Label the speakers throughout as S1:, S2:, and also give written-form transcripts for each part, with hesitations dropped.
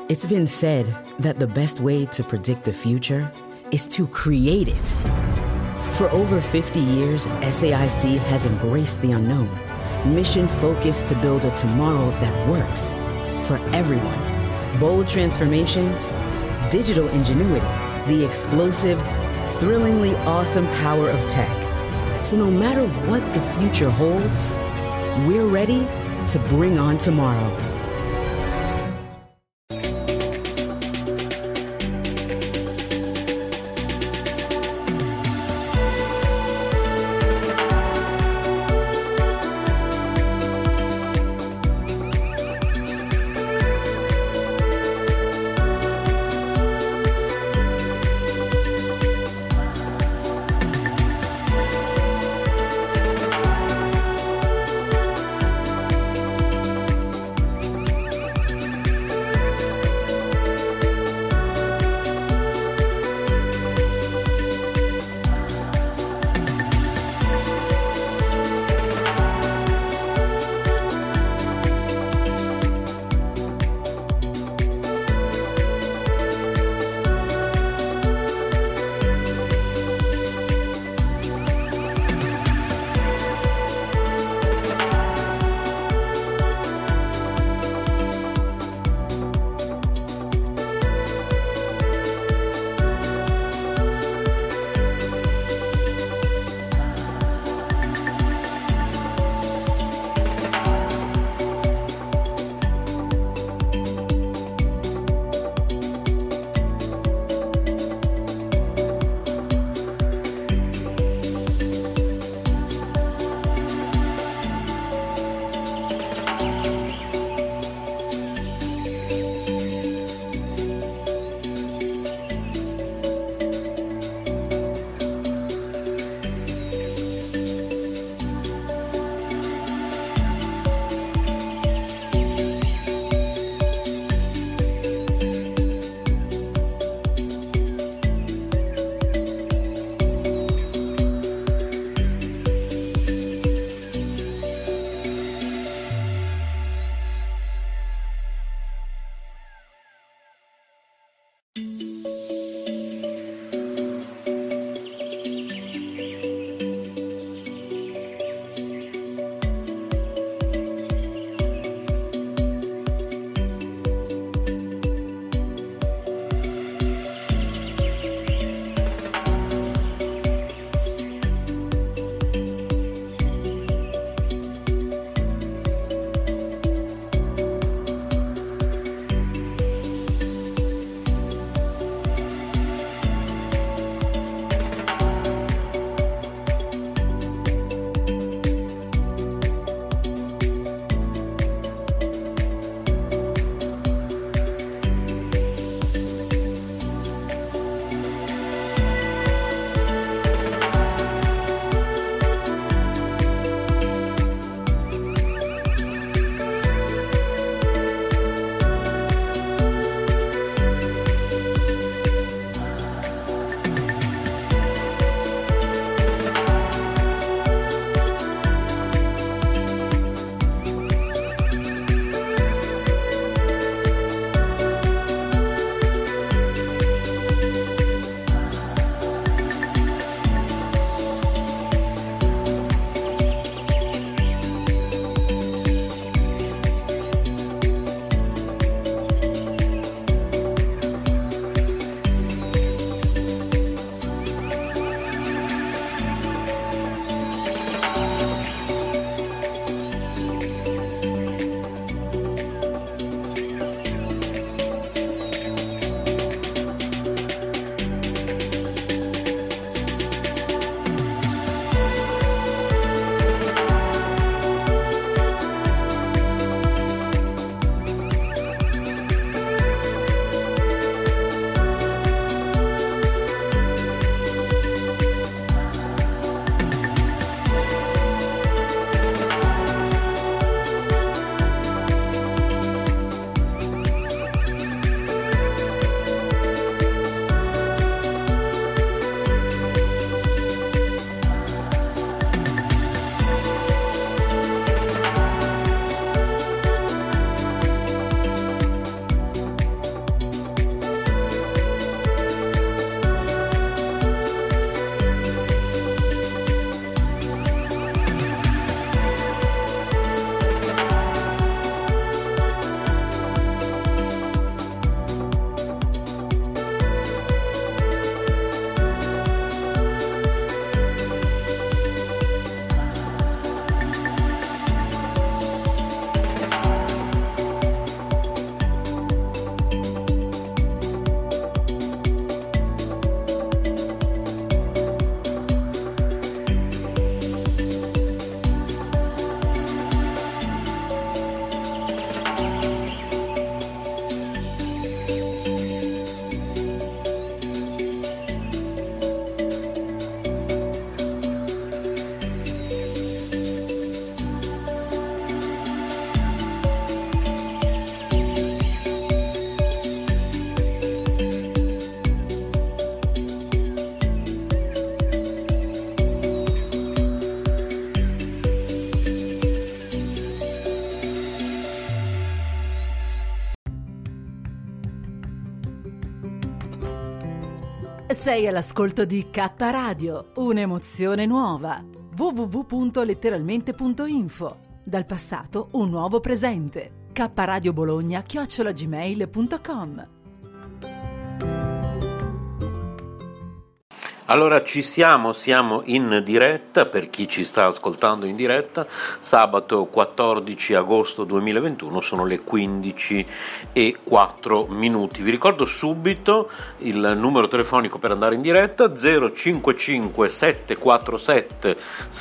S1: It's been said that the best way to predict the future is to create it. For over 50 years, SAIC has embraced the unknown, mission-focused to build a tomorrow that works for everyone. Bold transformations, digital ingenuity, the explosive, thrillingly awesome power of tech. So no matter what the future holds, we're ready to bring on tomorrow.
S2: Sei all'ascolto di K Radio, un'emozione nuova. www.letteralmente.info. Dal passato un nuovo presente. kradiobologna@gmail.com.
S3: Allora siamo in diretta, per chi ci sta ascoltando in diretta, sabato 14 agosto 2021, sono le 15:04. Vi ricordo subito il numero telefonico per andare in diretta: 055 747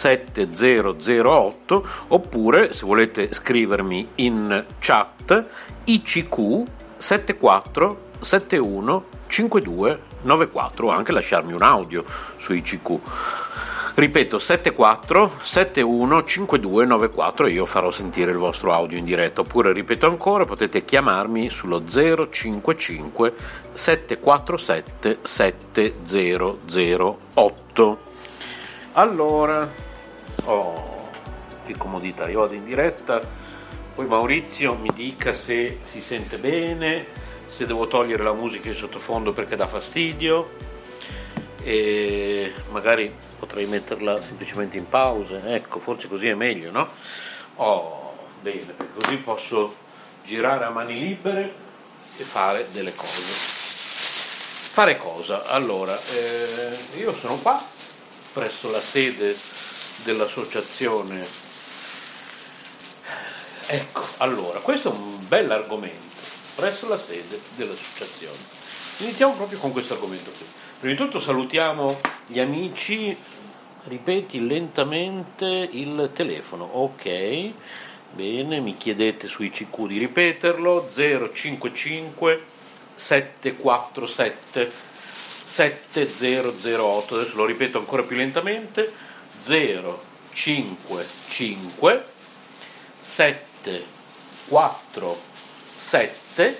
S3: 7008, oppure se volete scrivermi in chat ICQ 74 71 52 94, o anche lasciarmi un audio su ICQ. Ripeto, 74 71 52 94, e io farò sentire il vostro audio in diretta. Oppure, ripeto ancora, potete chiamarmi sullo 055 747 7008. Allora, che comodità, io vado in diretta, poi Maurizio mi dica se si sente bene, se devo togliere la musica in sottofondo perché dà fastidio, e magari potrei metterla semplicemente in pausa, ecco, forse così è meglio, no? Bene, perché così posso girare a mani libere e fare delle cose. Fare cosa? Allora, io sono qua presso la sede dell'associazione. Ecco, allora, questo è un bell'argomento, presso la sede dell'associazione. Iniziamo proprio con questo argomento qui. Prima di tutto salutiamo gli amici. Ripeti lentamente il telefono. Ok, bene, mi chiedete su ICQ di ripeterlo: 055 747 7008. Adesso lo ripeto ancora più lentamente: 055 747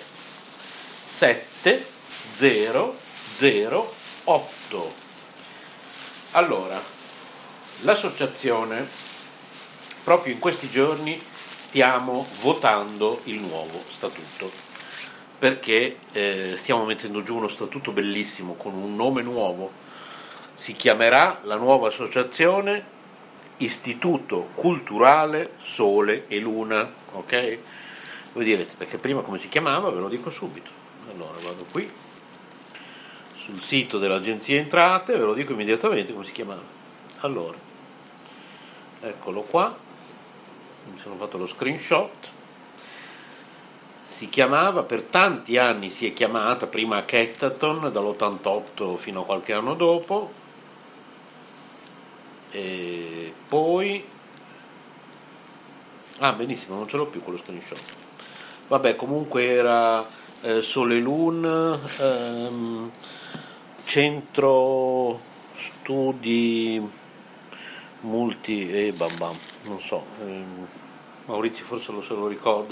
S3: 7008. Allora, l'associazione, proprio in questi giorni stiamo votando il nuovo statuto, perché stiamo mettendo giù uno statuto bellissimo con un nome nuovo. Si chiamerà la nuova associazione Istituto Culturale Sole e Luna, ok? Voi direte, perché prima come si chiamava? Ve lo dico subito. Allora vado qui sul sito dell'Agenzia Entrate, ve lo dico immediatamente come si chiamava. Allora, eccolo qua, mi sono fatto lo screenshot. Si chiamava, per tanti anni si è chiamata, prima Kettaton, dall'88 fino a qualche anno dopo, e poi benissimo, non ce l'ho più quello screenshot. Vabbè, comunque era Sole Luna, centro studi multi e non so, Maurizio forse se lo ricorda.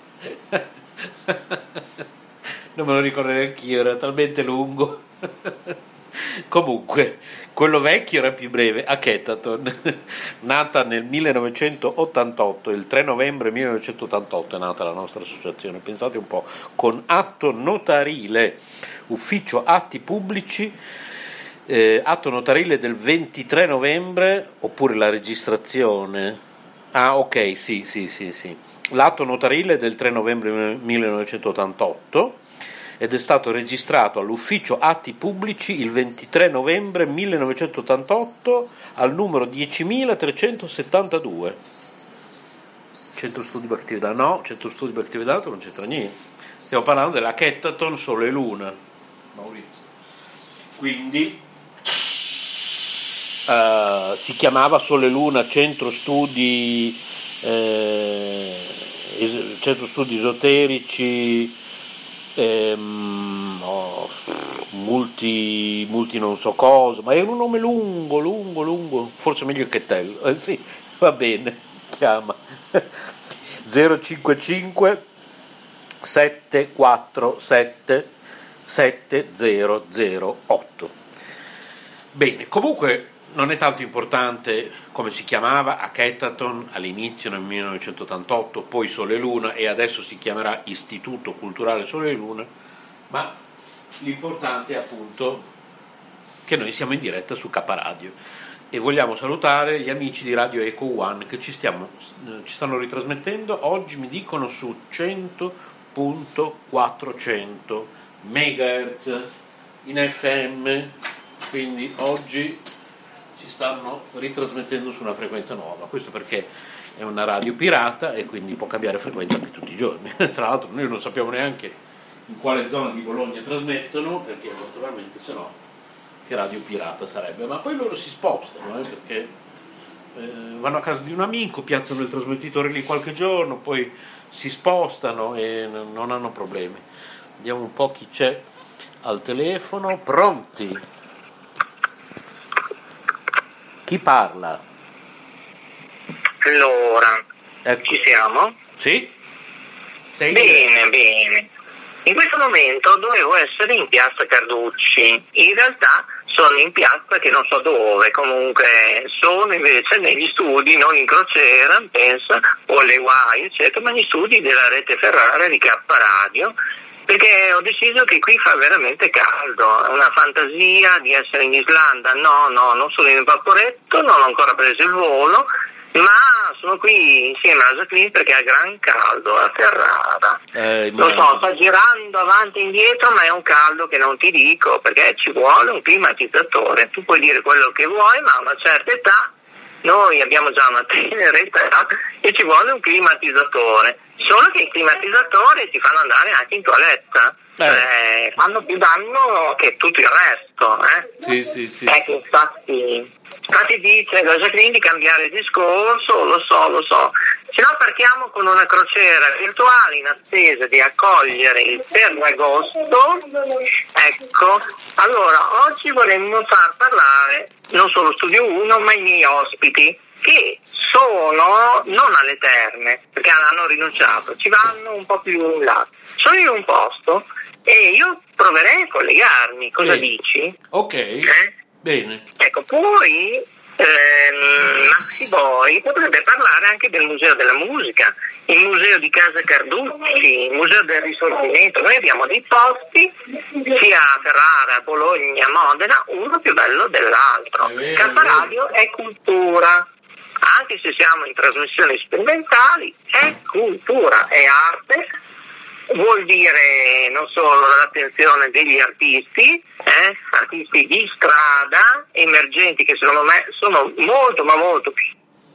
S3: Non me lo ricordo neanche io, era talmente lungo. Comunque, quello vecchio era più breve, a Kettaton, nata nel 1988, il 3 novembre 1988 è nata la nostra associazione, pensate un po', con atto notarile, ufficio atti pubblici, atto notarile del 23 novembre, oppure la registrazione, ok, sì, l'atto notarile del 3 novembre 1988, ed è stato registrato all'ufficio atti pubblici il 23 novembre 1988 al numero 10.372. Centro Studi Bhaktivedanta? No, Centro Studi Bhaktivedanta non c'entra niente. Stiamo parlando della Kettaton Sole e Luna, Maurizio. Quindi si chiamava Sole e Luna Centro Studi Esoterici, multi non so cosa, ma era un nome lungo, forse meglio che Tel, sì, va bene, chiama 055 747 7008. Bene, comunque non è tanto importante come si chiamava a Kettaton all'inizio nel 1988, poi Sole e Luna, e adesso si chiamerà Istituto Culturale Sole e Luna, ma l'importante è appunto che noi siamo in diretta su K Radio. E vogliamo salutare gli amici di Radio Eco One che ci stanno ritrasmettendo. Oggi mi dicono su 100.400 MHz in FM, quindi oggi ci stanno ritrasmettendo su una frequenza nuova. Questo perché è una radio pirata e quindi può cambiare frequenza anche tutti i giorni. Tra l'altro noi non sappiamo neanche in quale zona di Bologna trasmettono, perché naturalmente se no che radio pirata sarebbe, ma poi loro si spostano perché vanno a casa di un amico, piazzano il trasmettitore lì qualche giorno, poi si spostano e non hanno problemi. Vediamo un po' chi c'è al telefono. Pronti? Chi parla?
S4: Allora,
S3: Ecco.
S4: ci siamo?
S3: Sì? Sei
S4: Bene. In questo momento dovevo essere in piazza Carducci, in realtà sono in piazza che non so dove, comunque sono invece negli studi, non in crociera, pensa, o alle UAI, eccetera, ma negli studi della rete ferrara di K Radio, perché ho deciso che qui fa veramente caldo, è una fantasia di essere in Islanda, no, non sono in Vaporetto, non ho ancora preso il volo, ma sono qui insieme a Jacqueline perché ha gran caldo a Ferrara. Lo so, sta girando avanti e indietro, ma è un caldo che non ti dico, perché ci vuole un climatizzatore. Tu puoi dire quello che vuoi, ma a una certa età, noi abbiamo già una tenera età e ci vuole un climatizzatore. Solo che i climatizzatori ti fanno andare anche in toiletta. Fanno più danno che tutto il resto.
S3: Sì.
S4: Ecco, infatti dice la Jacqueline di cambiare discorso, lo so. Se no partiamo con una crociera virtuale in attesa di accogliere il Ferragosto. Ecco, allora oggi vorremmo far parlare non solo Studio 1 ma i miei ospiti, che sono non alle terme, perché hanno rinunciato, ci vanno un po' più in là. Sono in un posto e io proverei a collegarmi, cosa dici?
S3: Ok, bene.
S4: Ecco, poi Maxi Boy potrebbe parlare anche del Museo della Musica, il Museo di Casa Carducci, il Museo del Risorgimento. Noi abbiamo dei posti, sia a Ferrara, Bologna, Modena, uno più bello dell'altro. K Radio è cultura. Anche se siamo in trasmissioni sperimentali, è cultura, è arte, vuol dire non solo l'attenzione degli artisti di strada, emergenti, che secondo me sono molto ma molto più.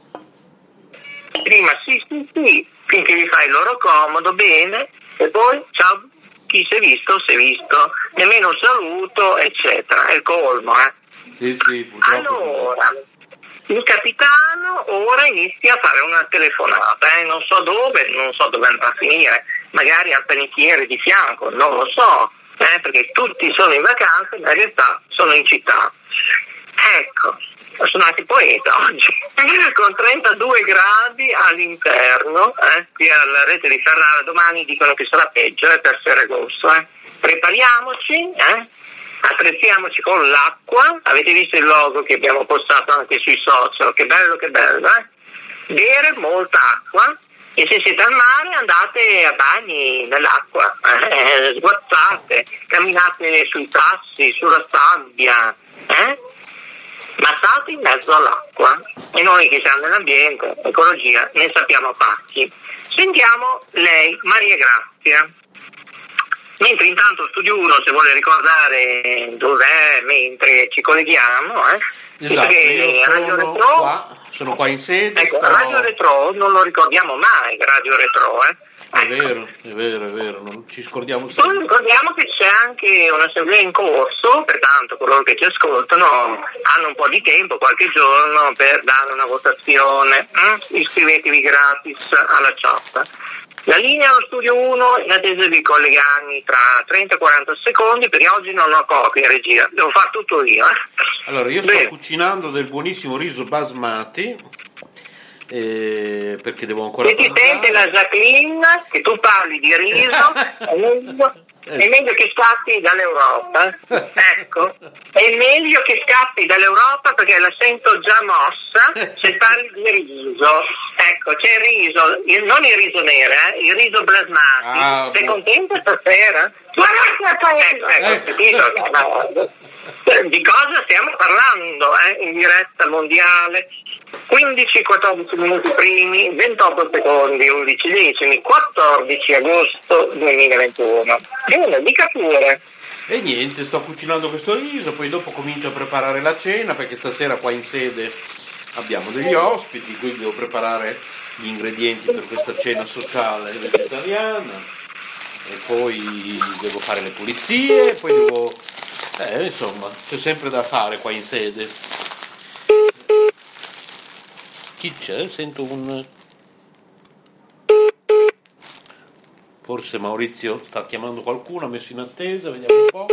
S4: Prima sì, finché gli fai il loro comodo, bene, e poi ciao, chi si è visto, nemmeno un saluto, eccetera, è il colmo,
S3: Sì, purtroppo.
S4: Allora, il capitano ora inizia a fare una telefonata, non so dove andrà a finire, magari al panettiere di fianco, non lo so, perché tutti sono in vacanza, ma in realtà sono in città. Ecco, sono anche poeta oggi, con 32 gradi all'interno, qui alla rete di Ferrara, domani dicono che sarà peggio per Ferragosto, prepariamoci, attrezziamoci con l'acqua. Avete visto il logo che abbiamo postato anche sui social, che bello, bere molta acqua, e se siete al mare andate a bagni nell'acqua, sguazzate, camminate sui tassi, sulla sabbia, ma state in mezzo all'acqua, e noi che siamo nell'ambiente, ecologia, ne sappiamo pacchi. Sentiamo lei, Maria Grazia. Mentre intanto Studio 1, se vuole ricordare dov'è mentre ci colleghiamo,
S3: esatto, io
S4: Radio Retro,
S3: sono qua in sede.
S4: Ecco, Radio Retro non lo ricordiamo mai, Radio Retro,
S3: È vero, non ci scordiamo
S4: Poi
S3: sempre.
S4: ricordiamo che c'è anche un'assemblea in corso, pertanto coloro che ci ascoltano hanno un po' di tempo, qualche giorno, per dare una votazione. Iscrivetevi gratis alla chat. La linea allo Studio 1 in attesa di collegarmi tra 30-40 secondi, perché oggi non ho copia in regia, devo fare tutto io.
S3: Allora, io sto cucinando del buonissimo riso basmati, perché devo ancora
S4: se ti sente la Jacqueline che tu parli di riso, è meglio che scappi dall'Europa. Ecco, è meglio che scappi dall'Europa, perché la sento già mossa se parli di riso. Ecco, c'è il riso, non il riso nero, il riso basmati. Sei contento stasera? Capito? Di cosa stiamo parlando in diretta mondiale? 15-14 minuti primi, 28 secondi, 11 decimi, 14 agosto 2021. Bene, dica pure.
S3: E niente, sto cucinando questo riso, poi dopo comincio a preparare la cena, perché stasera qua in sede abbiamo degli ospiti, quindi devo preparare gli ingredienti per questa cena sociale vegetariana. E poi devo fare le pulizie, poi devo... insomma, c'è sempre da fare qua in sede. Chi c'è? Sento un... Forse Maurizio sta chiamando qualcuno, ha messo in attesa, vediamo un po'.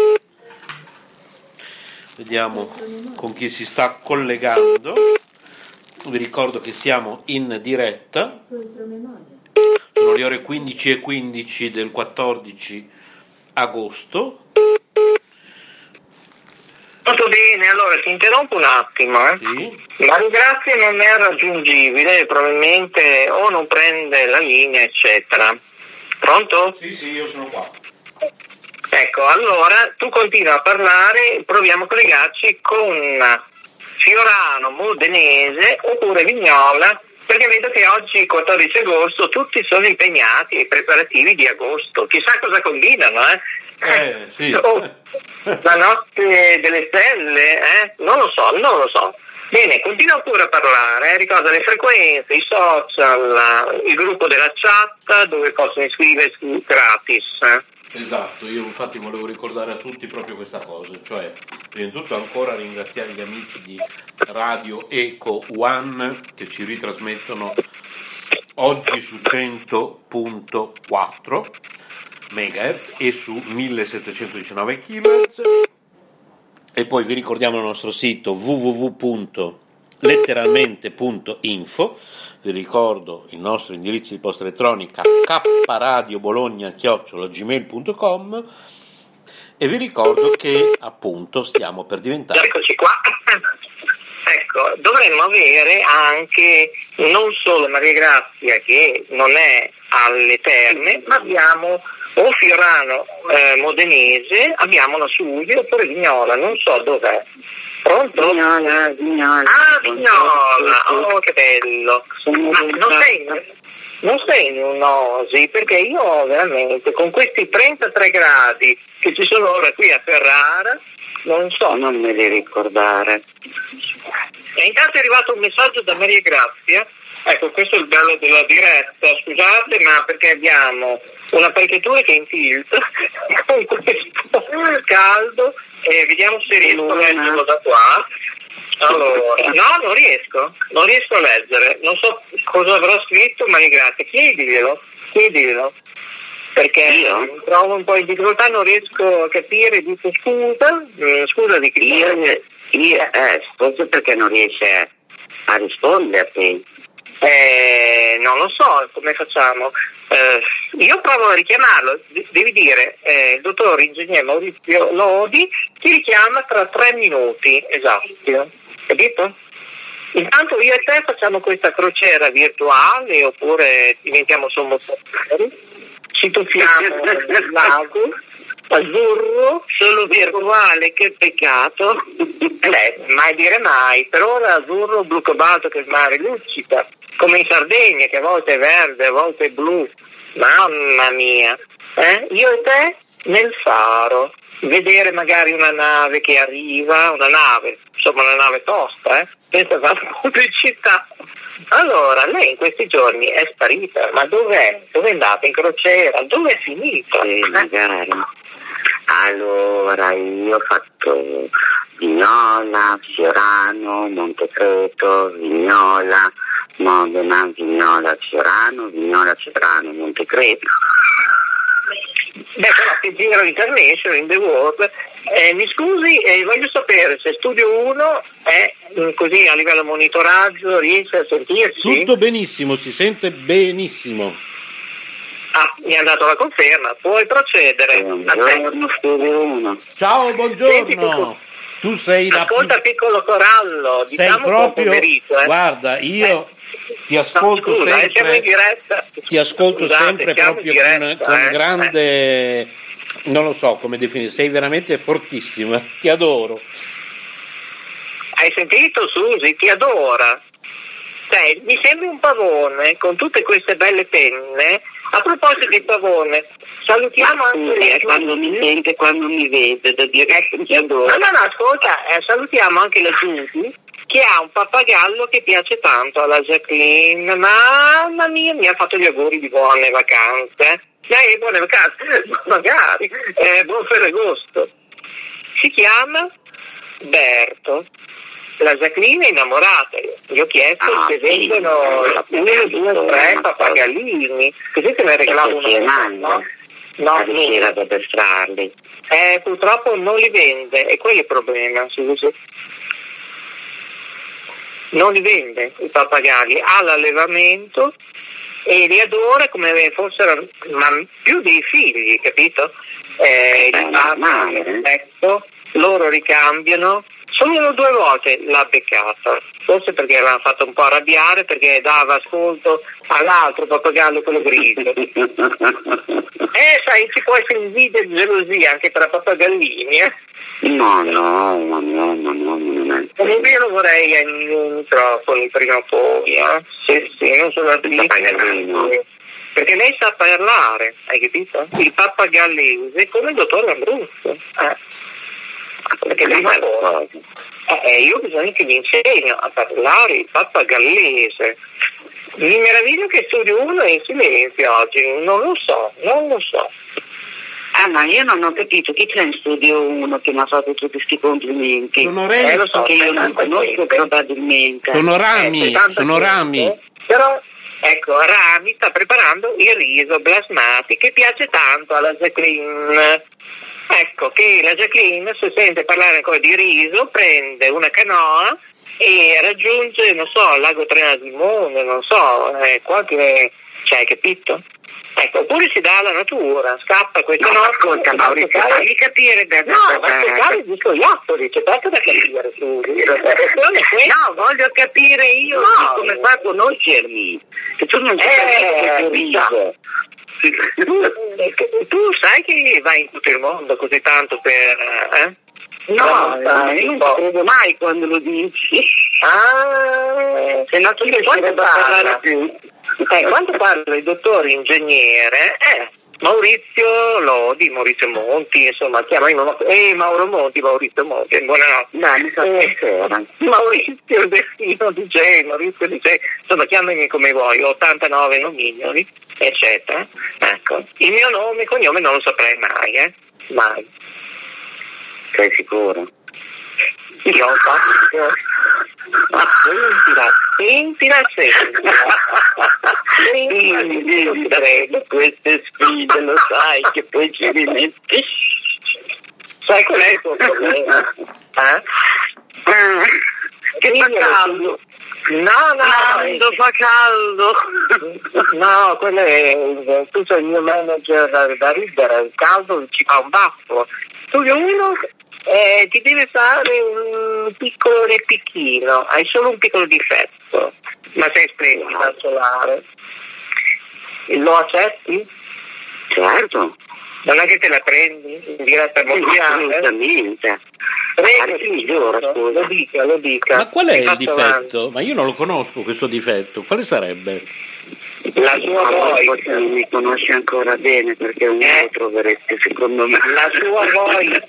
S3: Vediamo con chi si sta collegando. Vi ricordo che siamo in diretta. Sono le ore 15:15 del 14 agosto.
S4: Molto bene, allora ti interrompo un attimo.
S3: Sì.
S4: Mario Grazia non è raggiungibile, probabilmente o non prende la linea, eccetera. Pronto?
S3: Sì, io sono qua.
S4: Ecco, allora tu continua a parlare, proviamo a collegarci con Fiorano, Modenese oppure Vignola, perché vedo che oggi, 14 agosto, tutti sono impegnati ai preparativi di agosto. Chissà cosa combinano,
S3: Sì.
S4: La notte delle stelle, Non lo so. Bene, continua pure a parlare, ricorda le frequenze, i social, il gruppo della chat dove possono iscriversi gratis.
S3: Esatto, io infatti volevo ricordare a tutti proprio questa cosa, cioè prima di tutto ancora ringraziare gli amici di Radio Eco One che ci ritrasmettono oggi su 100.4 MHz e su 1719 kHz. E poi vi ricordiamo il nostro sito www.letteralmente.info. Vi ricordo il nostro indirizzo di posta elettronica kradiobologna@gmail.com e vi ricordo che appunto stiamo per diventare...
S4: Eccoci qua. Ecco, dovremmo avere anche non solo Maria Grazia che non è alle Terme, ma abbiamo o Fiorano Modenese, abbiamo la Suglia oppure Vignola, non so dov'è. Pronto?
S5: Vignola.
S4: Ah, Vignola, oh che bello. Ma non sei in un'osi, perché io veramente con questi 33 gradi che ci sono ora qui a Ferrara, non so.
S5: Non me li ricordare.
S4: E intanto è arrivato un messaggio da Maria Grazia. Ecco, questo è il bello della diretta, scusate, ma perché abbiamo un'apparecchiatura che infiltra con questo caldo e vediamo se riesco a leggerlo da qua. Allora, no, non riesco a leggere, non so cosa avrò scritto, Maria Grazia, chiediglielo, perché io mi trovo un po' in difficoltà, non riesco a capire, dico scusa di che
S5: forse perché non riesce a risponderti.
S4: Non lo so come facciamo. Io provo a richiamarlo, devi dire il dottor ingegner Maurizio Lodi ti richiama tra 3 minuti esatti, capito? Intanto io e te facciamo questa crociera virtuale oppure diventiamo sommotori, ci tuffiamo nel lago azzurro, solo virtuale, che peccato. Mai dire mai, per ora azzurro, blu cobalto che il mare luccica, come in Sardegna che a volte è verde, a volte è blu, mamma mia, io e te nel faro, vedere magari una nave che arriva, una nave tosta, senza fare pubblicità. Allora, lei in questi giorni è sparita, ma dov'è? Dove è andata in crociera? Dove è finita?
S5: Magari. Allora, io ho fatto Vignola, Fiorano, Montecreto, Vignola, Modena, Vignola, Fiorano, Montecreto.
S4: Beh, però ti giro international in the world. Mi scusi, voglio sapere se Studio 1 è così a livello monitoraggio, riesce a sentirsi?
S3: Tutto benissimo, si sente benissimo.
S4: Ah, mi ha dato la conferma, puoi procedere.
S5: Buongiorno, Studio 1.
S3: Ciao, buongiorno.
S4: Senti,
S3: Tu sei
S4: ascolta piccolo corallo,
S3: sei
S4: diciamo
S3: proprio
S4: buon pomeriggio.
S3: Guarda, io ti ascolto
S4: siamo in
S3: sempre.
S4: diretta.
S3: Ti ascolto
S4: Scusate,
S3: sempre
S4: siamo
S3: proprio
S4: in diretta,
S3: con grande Non lo so come definire, sei veramente fortissima, ti adoro.
S4: Hai sentito, Susi? Ti adora. Cioè, mi sembri un pavone con tutte queste belle penne. A proposito di pavone, salutiamo anche
S5: lei. Quando mi sente, quando mi vede, da dire che mi adora.
S4: No, ascolta, salutiamo anche la Giusy, che ha un pappagallo che piace tanto alla Jacqueline. Mamma mia, mi ha fatto gli auguri di buone vacanze. Buone vacanze, magari, buon Ferragosto. Si chiama Berto. La Jacqueline è innamorata. Gli ho chiesto se vendono 1, 2, 3 pappagallini, così te ne regalavo uno. No,
S5: era da addestrarli.
S4: Purtroppo non li vende, e quello è il problema, Susi. Non li vende i pappagalli, ha l'allevamento e li adora come fossero, ma più dei figli, capito? Loro ricambiano. Solo 2 volte l'ha beccata, forse perché l'aveva fatto un po' arrabbiare, perché dava ascolto all'altro pappagallo, quello grigio. Sai, ci può essere invidia e gelosia anche tra pappagallini,
S5: No.
S4: Comunque io lo vorrei ai microfoni prima o poi, Sì, non solo al papagallino. Perché lei sa parlare, hai capito? Il pappagallese, come il dottor Lambruzzo. Perché lei io bisogna che gli insegno a parlare il pappagallese. Mi meraviglio che Studio 1 è in silenzio oggi, non lo so.
S5: Ma io non ho capito chi c'è in Studio 1 che mi ha fatto tutti questi complimenti.
S3: Sono Renzo.
S5: Lo so che io non conosco probabilmente.
S3: Sono Rami.
S4: Però ecco, Rami sta preparando il riso basmati che piace tanto alla Jacqueline. Ecco che la Jacqueline, se sente parlare ancora di riso, prende una canoa e raggiunge, non so, il lago Trenasimone, non so, qualche, cioè, hai capito? Ecco, oppure si dà alla natura, scappa questa notte, ma fargli capire da ascoltare gli scoiattoli, c'è tanto da capire, Susi.
S5: No, voglio capire io come fa a conoscermi, che tu non sai questo riso.
S4: Tu sai che vai in tutto il mondo così tanto per...
S5: No, io non credo mai quando lo dici.
S4: Se no tu riuscirebbe a parlare più. Quando parla il dottore ingegnere, Maurizio Lodi, Maurizio Monti, insomma, chiamano Mauro Monti, buonanotte. Maurizio Destino DJ, Maurizio DJ, insomma, chiamami come vuoi, 89 nomignoli, eccetera. Ecco, il mio nome e cognome non lo saprei mai, mai.
S5: Sei sicuro?
S4: Io ho fatto... Sentila.
S5: Queste sfide, lo sai che poi ci rimetti.
S4: Sai qual è il tuo problema? Che fa caldo. No, fa caldo. No, quello è tu sei il mio manager da ridere, il caldo ci fa un baffo. Tu uno ti deve fare un piccolo repicchino, hai solo un piccolo difetto, ma sei splendida solare. Lo accetti?
S5: Certo.
S4: Non è che te la prendi in diretta mondiale?
S5: Assolutamente.
S4: Lo dica.
S3: Ma qual è il difetto? Ma io non lo conosco questo difetto, quale sarebbe?
S4: La sua
S5: voce non mi conosce ancora bene perché non lo troverete secondo me.
S4: La sua voce.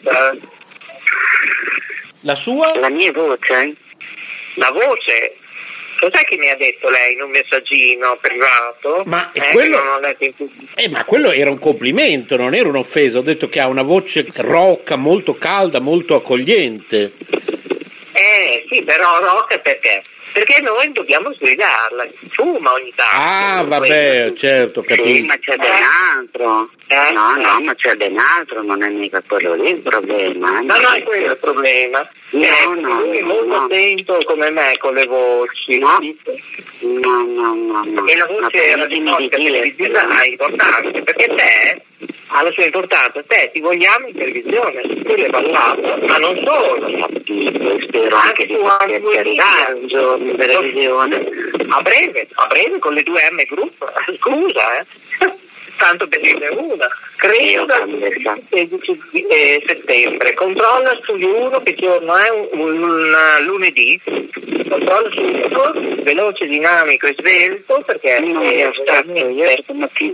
S3: La sua?
S5: La mia voce?
S4: La voce? Cos'è che mi ha detto lei in un messaggino privato?
S3: Ma quello... ma quello era un complimento, non era un'offesa. Ho detto che ha una voce rocca, molto calda, molto accogliente.
S4: Sì, però rocca perché? Perché noi dobbiamo sgridarla, fuma ogni tanto.
S3: Vabbè, certo, capisco.
S5: Sì, ma c'è ben altro. No, ma c'è ben altro, non è mica quello lì il problema.
S4: No, è quello il problema. Lui è molto attento come me con le voci.
S5: No.
S4: E la voce radiofonica televisiva è importante, perché te ha la sua importanza, te ti vogliamo in televisione, tu l'hai ballato, ma non solo.
S5: Spero anche di poter arrivare un giorno in televisione.
S4: A breve con le 2M Group, scusa. tanto per dirne una. Credo dal 16 settembre. Controlla Studio 1 che giorno è un lunedì. Controlla Studio 1, veloce, dinamico e svelto, perché
S5: non è stato ieri stamattina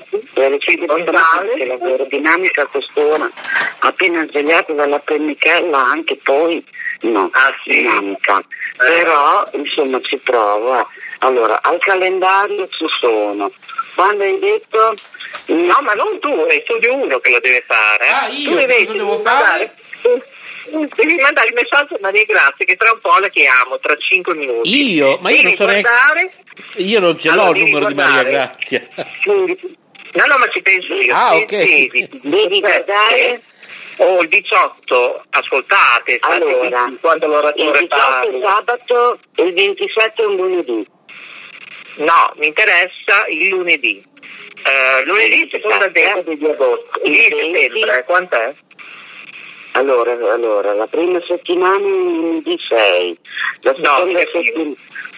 S5: che lavoro dinamica a quest'ora, appena svegliato dalla pennichella, anche poi no, dinamica. Però insomma ci provo. Allora, al calendario ci sono. Quando hai detto?
S4: No, ma non tu, è Studio 1 che lo deve fare.
S3: Io
S4: tu
S3: cosa devo fare?
S4: Devi mandare il messaggio a Maria Grazia che tra un po' la chiamo, tra 5 minuti.
S3: Io? Ma io non so io non ce l'ho il numero di Maria Grazia.
S4: No, ma ci penso io.
S3: Ok.
S5: Devi guardare.
S4: O il 18, ascoltate,
S5: allora,
S4: quando l'oratore
S5: il 18 è sabato e il 27 è un lunedì.
S4: No, mi interessa il lunedì. Lunedì seconda decade di agosto. Il settembre, quant'è?
S5: Allora, la prima settimana è lunedì 6, la seconda settimana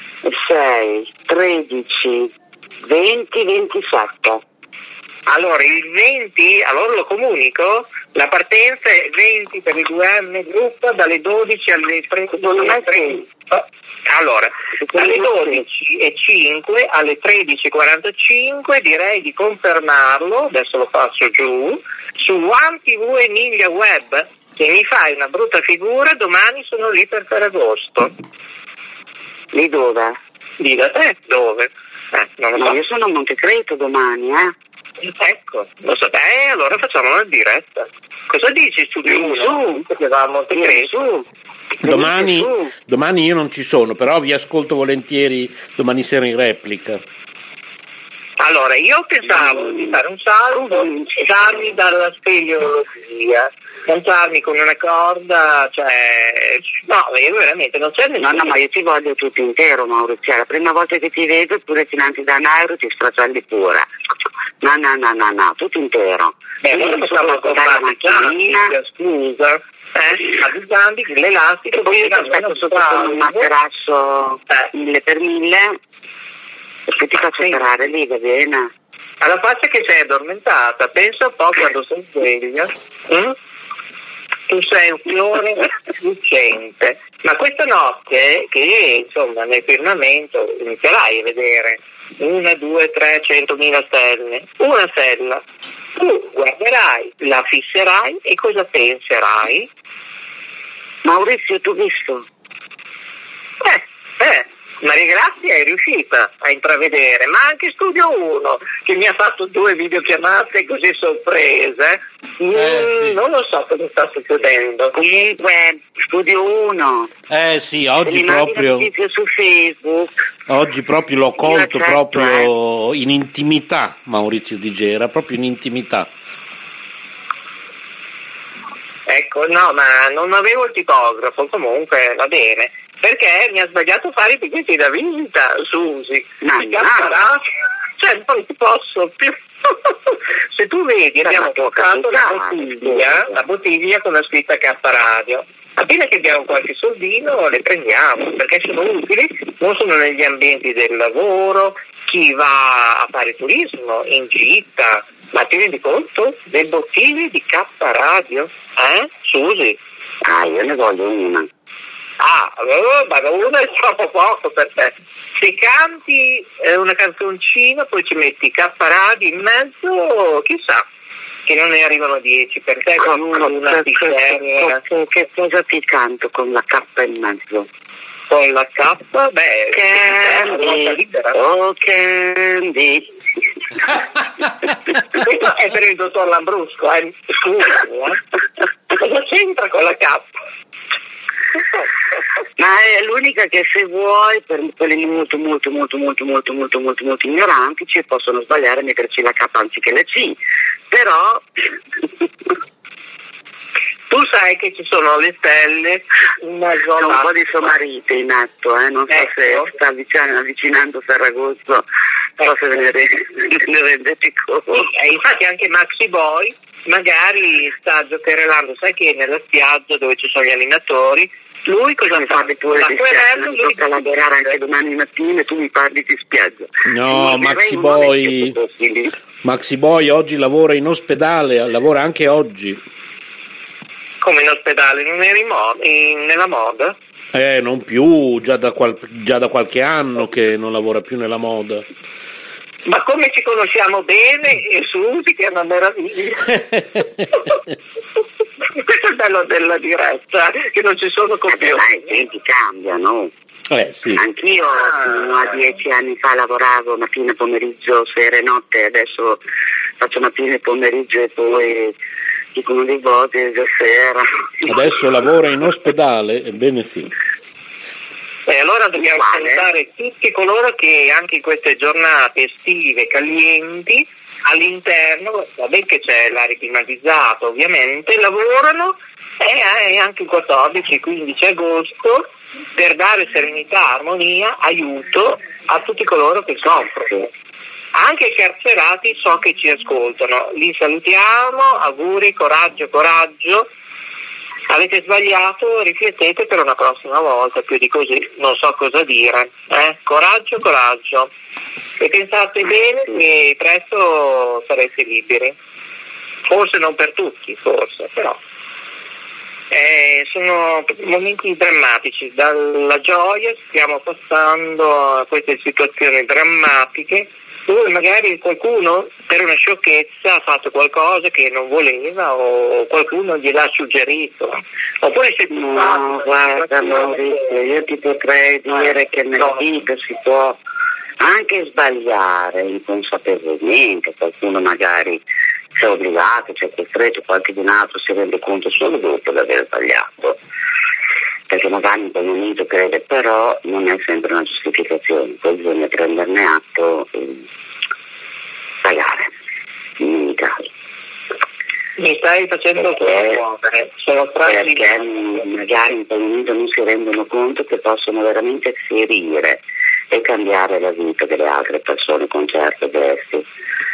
S5: 6, 13, 20, 27.
S4: Allora, il 20, allora lo comunico, la partenza è 20 per il 2M gruppo dalle 12 alle 13. Allora, dalle 12:05 alle 13:45 direi di confermarlo, adesso lo passo giù, su One TV Emilia Web, che mi fai una brutta figura, domani sono lì per Ferragosto.
S5: Lì dove?
S4: Lì da te, dove? Non lo so.
S5: Io sono a Montecreto domani,
S4: Ecco, lo sapete, allora facciamo una diretta. Cosa dici Studio 1? Che va a Montecreto.
S3: Domani io non ci sono, però vi ascolto volentieri domani sera in replica.
S4: Allora, io pensavo di fare un salto, darmi dalla speleologia, cantarmi con una corda, cioè, no, io veramente non c'è nessuno.
S5: No, ma io ti voglio tutto intero, Maurizio. La prima volta che ti vedo, pure finanzi da un euro, ti straccialli pure. No, tutto intero.
S4: Allora facciamo la macchinina, scusa, avvisando l'elastico,
S5: poi io ti aspetto sotto con un materasso 1000 per 1000. Perché ti faccio sperare lì, va bene?
S4: Alla faccia che sei addormentata, pensa un po' quando sei sveglia. Tu sei un fiore lucente, ma questa notte che insomma nel firmamento inizierai a vedere 1, 2, 3, 100.000 stelle, una stella, tu guarderai, la fisserai e cosa penserai?
S5: Maurizio, tu visto?
S4: Maria Grazia è riuscita a intravedere, ma anche Studio 1 che mi ha fatto 2 videochiamate così sorprese, non lo so cosa sta succedendo.
S5: Studio 1.
S3: Sì, oggi proprio
S5: su Facebook.
S3: Oggi proprio l'ho colto proprio in intimità, Maurizio Di Gera, proprio in intimità.
S4: Ecco, no, ma non avevo il tipografo, comunque va bene. Perché mi ha sbagliato a fare i biglietti da visita, Susi. Cioè, non ti posso più. Se tu vedi, abbiamo toccato la bottiglia con la scritta K Radio. Appena che abbiamo qualche soldino le prendiamo, perché sono utili, non sono negli ambienti del lavoro, chi va a fare turismo in gita, ma ti rendi conto? Le bottiglie di K Radio? Susi?
S5: Io ne voglio una.
S4: Ma una è troppo poco per te. Se canti una canzoncina, poi ci metti K Radio in mezzo, chissà che non ne arrivano 10 per te con una fisseria.
S5: Che cosa ti canto con la K in mezzo?
S4: Con la K?
S5: Candy, Candy.
S4: Questo è per il dottor Lambrusco, scusa, cosa c'entra con la K?
S5: Ma è l'unica che, se vuoi, per quelli molto ignoranti, ci possono sbagliare e metterci la K anziché la C, però
S4: tu sai che ci sono le stelle in mezzo
S5: a un po' di somarite in atto, non so se sta avvicinando Ferragosto forse ne rendete conto.
S4: Infatti anche Maxi Boy magari sta giocherellando, sai che nella spiaggia dove ci sono gli allenatori, lui cosa fa?
S5: Mi pure di spiaggia, mi tocca lavorare anche domani mattina e tu mi parli di spiaggia.
S3: No, Maxi Boy oggi lavora in ospedale, lavora anche oggi.
S4: Come in ospedale? Non eri nella moda?
S3: Non più, già da qualche anno che non lavora più nella moda.
S4: Ma come ci conosciamo bene e Susi che è una meraviglia. Questo è il bello della diretta, che non ci sono computer.
S5: I tempi cambiano.
S3: Sì.
S5: Anch'io fino a 10 anni fa lavoravo mattina, pomeriggio, sera e notte, adesso faccio mattina e pomeriggio e poi dicono dei voti da sera.
S3: Adesso lavora in ospedale, ebbene sì.
S4: E allora dobbiamo salutare tutti coloro che anche in queste giornate estive calienti all'interno, vabbè che c'è l'aria climatizzata ovviamente, lavorano e anche il 14-15 agosto per dare serenità, armonia, aiuto a tutti coloro che soffrono. Anche i carcerati so che ci ascoltano, li salutiamo, auguri, coraggio, avete sbagliato, riflettete per una prossima volta, più di così non so cosa dire, coraggio e pensate bene che presto sarete liberi, forse non per tutti, però sono momenti drammatici, dalla gioia stiamo passando a queste situazioni drammatiche dove magari qualcuno per una sciocchezza ha fatto qualcosa che non voleva o qualcuno gliel'ha suggerito, oppure se
S5: no, guarda Maurizio, io ti potrei dire che nella vita si può anche sbagliare inconsapevolmente, qualcuno magari si è obbligato, c'è costretto, qualcun altro si rende conto solo dopo di aver sbagliato, perché magari in quel momento crede, però non è sempre una giustificazione, poi bisogna prenderne atto e pagare in ogni caso.
S4: Mi stai facendo
S5: perché magari in quel momento non si rendono conto che possono veramente ferire e cambiare la vita delle altre persone con certi gesti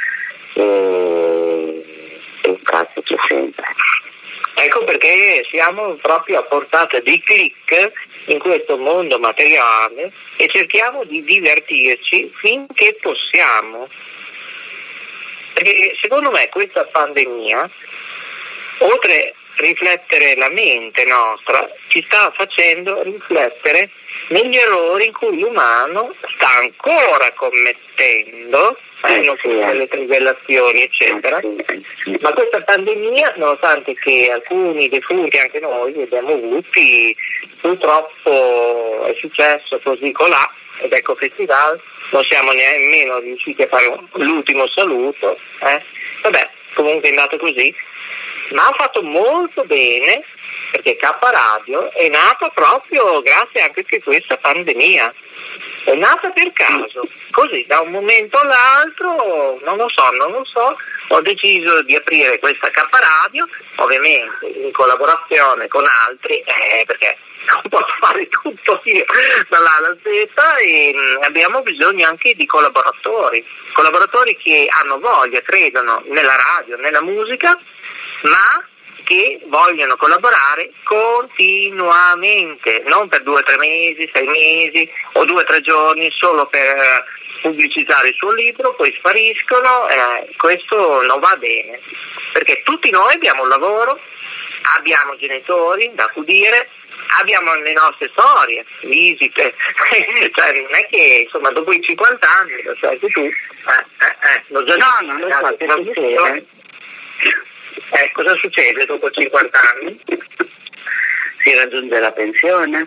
S5: e il cazzo c'è sempre.
S4: Ecco perché siamo proprio a portata di click in questo mondo materiale e cerchiamo di divertirci finché possiamo. Perché secondo me questa pandemia, oltre a riflettere la mente nostra, ci sta facendo riflettere negli errori in cui l'umano sta ancora commettendo, non solo le trivellazioni eccetera, ma questa pandemia, nonostante che alcuni defunti anche noi li abbiamo avuti, purtroppo è successo così colà, ed ecco Festival, non siamo nemmeno riusciti a fare l'ultimo saluto, vabbè, comunque è andato così, ma ha fatto molto bene perché K Radio è nata proprio grazie anche a questa pandemia. È nata per caso, così da un momento all'altro, non lo so, ho deciso di aprire questa K Radio, ovviamente in collaborazione con altri, perché non posso fare tutto io dall'A alla Z e abbiamo bisogno anche di collaboratori che hanno voglia, credono nella radio, nella musica, ma che vogliono collaborare continuamente, non per 2 o 3 mesi, 6 mesi o 2 o 3 giorni solo per pubblicizzare il suo libro, poi spariscono, questo non va bene, perché tutti noi abbiamo un lavoro, abbiamo genitori da accudire, abbiamo le nostre storie, visite, cioè non è che insomma dopo i 50 anni, lo sai tu, lo già
S5: non lo so,
S4: cosa succede dopo 50 anni?
S5: Si raggiunge la pensione?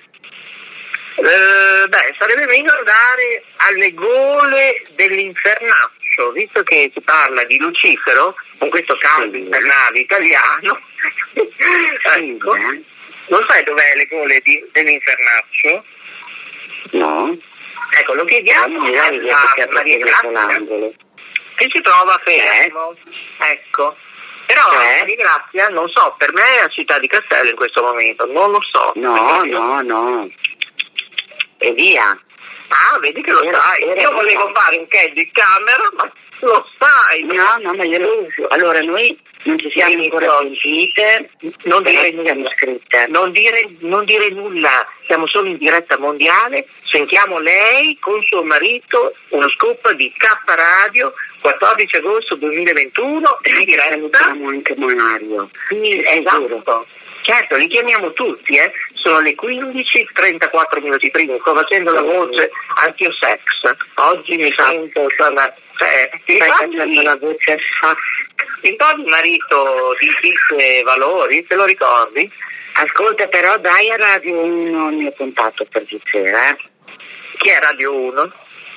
S4: Sarebbe meglio andare alle gole dell'infernaccio, visto che si parla di Lucifero, con questo canto infernale italiano. Ecco. Non sai dov'è le gole dell'infernaccio?
S5: No.
S4: Ecco, lo chiediamo a Maria Grazia, che si trova a Fermo. Ecco. Però Maria Grazia, non so, per me è a Città di Castello in questo momento, non lo so.
S5: No. E via.
S4: Ah, vedi che lo sai. Io volevo fare un candid camera, ma lo sai.
S5: No, ma io lo uso. Allora noi non ci siamo ancora sentite,
S4: non dire
S5: siamo scritte.
S4: Non dire nulla, siamo solo in diretta mondiale. Sentiamo lei con suo marito, uno scoop di K Radio, 14 agosto 2021, in diretta.
S5: Salutiamo anche Mario.
S4: Sì, esatto. Certo, li chiamiamo tutti, sono le 15:34 minuti prima, sto facendo la voce anti-sex. Oggi mi sento ti
S5: facendo la voce
S4: ricordi il marito di Dice Valori, te lo ricordi?
S5: Ascolta, però dai a Radio 1 il mio contatto per stasera.
S4: Chi è Radio 1?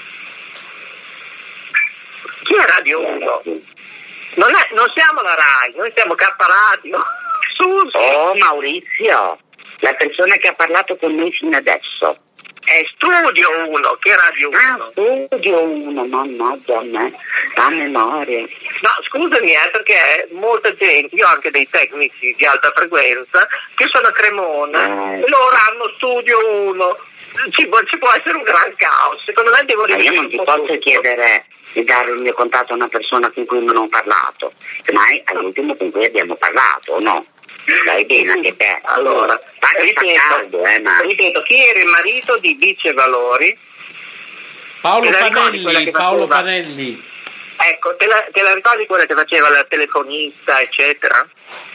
S4: Chi è Radio 1? Non siamo la Rai, noi siamo K Radio.
S5: Oh Maurizio, la persona che ha parlato con noi fino adesso.
S4: È Studio 1, che Radio 1?
S5: Ah, Studio 1, mannaggia a me, a memoria.
S4: No, scusami, perché molta gente, io ho anche dei tecnici di alta frequenza, che sono a Cremona, e loro hanno Studio 1. Ci può essere un gran caos, secondo me devo
S5: io non ti posso chiedere di dare il mio contatto a una persona con cui non ho parlato, mai all'ultimo con cui abbiamo parlato, o no? Dai bene anche te.
S4: Allora, ripeto, chi era il marito di Dice Valori?
S3: Paolo Panelli.
S4: Ecco, te la ricordi quella che faceva la telefonista, eccetera?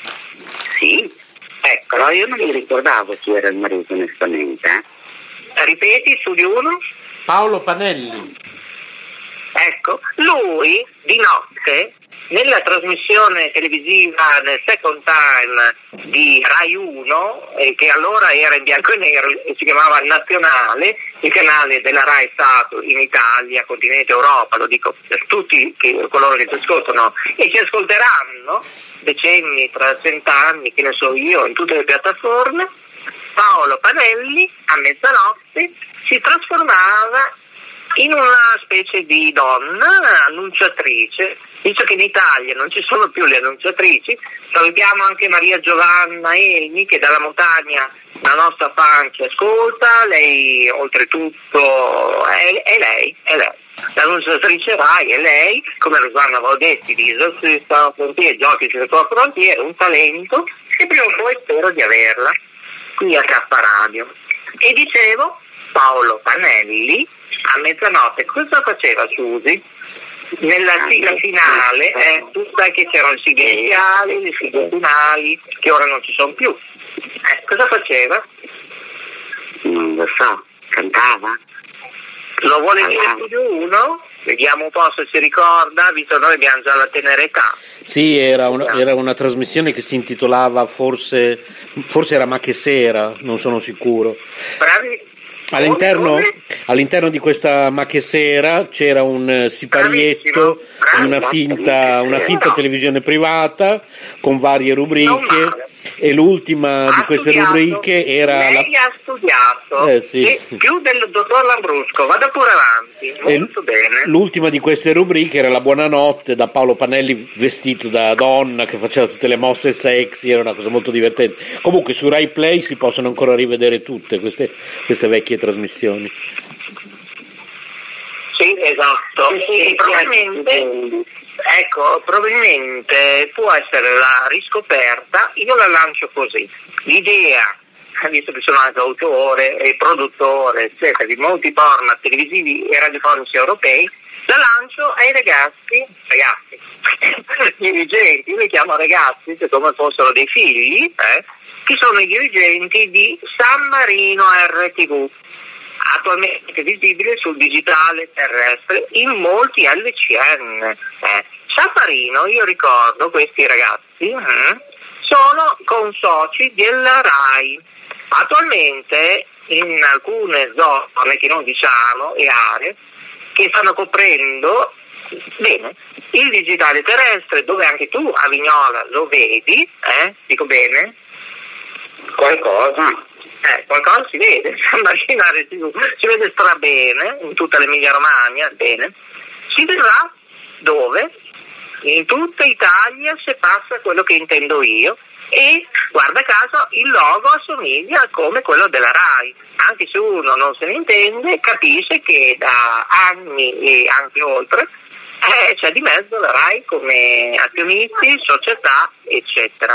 S5: Sì, ecco, però io non mi ricordavo chi era il marito, onestamente.
S4: Ripeti, Studio 1?
S3: Paolo Panelli.
S4: Ecco, lui di notte nella trasmissione televisiva nel second time di Rai 1, che allora era in bianco e nero e si chiamava Nazionale, il canale della Rai Stato in Italia, continente Europa, lo dico per tutti coloro che ci ascoltano e ci ascolteranno decenni, tra 100 anni, che ne so io, in tutte le piattaforme. Paolo Panelli a mezzanotte si trasformava in una specie di donna annunciatrice, visto che in Italia non ci sono più le annunciatrici. Salutiamo anche Maria Giovanna Elmi, che dalla montagna la nostra fan ci ascolta. Lei oltretutto è lei. L'annunciatrice Rai è lei, come Rosanna Valdetti di Esorcista Frontiere, Giochi sulle tue frontiere, un talento, e prima o poi spero di averla qui a K Radio. E dicevo, Paolo Panelli a mezzanotte cosa faceva, Susi? Nella sigla finale, tu sai che c'erano le sigle iniziali, le sigle finali, che ora non ci sono più. Cosa faceva?
S5: Non lo so, cantava?
S4: Lo vuole dire Studio 1? Vediamo un po' se si ricorda, visto che noi abbiamo già la tenera età.
S3: Sì, era una trasmissione che si intitolava forse era Ma che sera, non sono sicuro.
S4: Bravi.
S3: All'interno di questa Ma che sera c'era un siparietto di una finta televisione privata con varie rubriche, e l'ultima di queste rubriche era
S4: lei ha studiato
S3: sì.
S4: Più del dottor Lambrusco, vada pure avanti, molto bene.
S3: L'ultima di queste rubriche era la Buonanotte, da Paolo Panelli vestito da donna che faceva tutte le mosse sexy, era una cosa molto divertente. Comunque su Rai Play si possono ancora rivedere tutte queste vecchie trasmissioni.
S4: Sì, esatto. Sì, probabilmente può essere la riscoperta. Io la lancio così: l'idea, visto che sono anche autore e produttore eccetera di molti format televisivi e radiofonici europei, la lancio ai ragazzi dirigenti, io li chiamo ragazzi come fossero dei figli, che sono i dirigenti di San Marino RTV, attualmente visibile sul digitale terrestre in molti LCN. San Marino, io ricordo questi ragazzi, sono consoci della Rai. Attualmente in alcune zone che non diciamo e aree che stanno coprendo bene il digitale terrestre, dove anche tu a Vignola lo vedi, dico bene? Qualcosa si vede, San Marino si vede strabene in tutta l'Emilia Romagna, bene. Si vedrà dove? In tutta Italia, se passa quello che intendo io, e guarda caso il logo assomiglia come quello della RAI, anche se uno non se ne intende capisce che da anni e anche oltre c'è di mezzo la RAI come azionisti, società eccetera.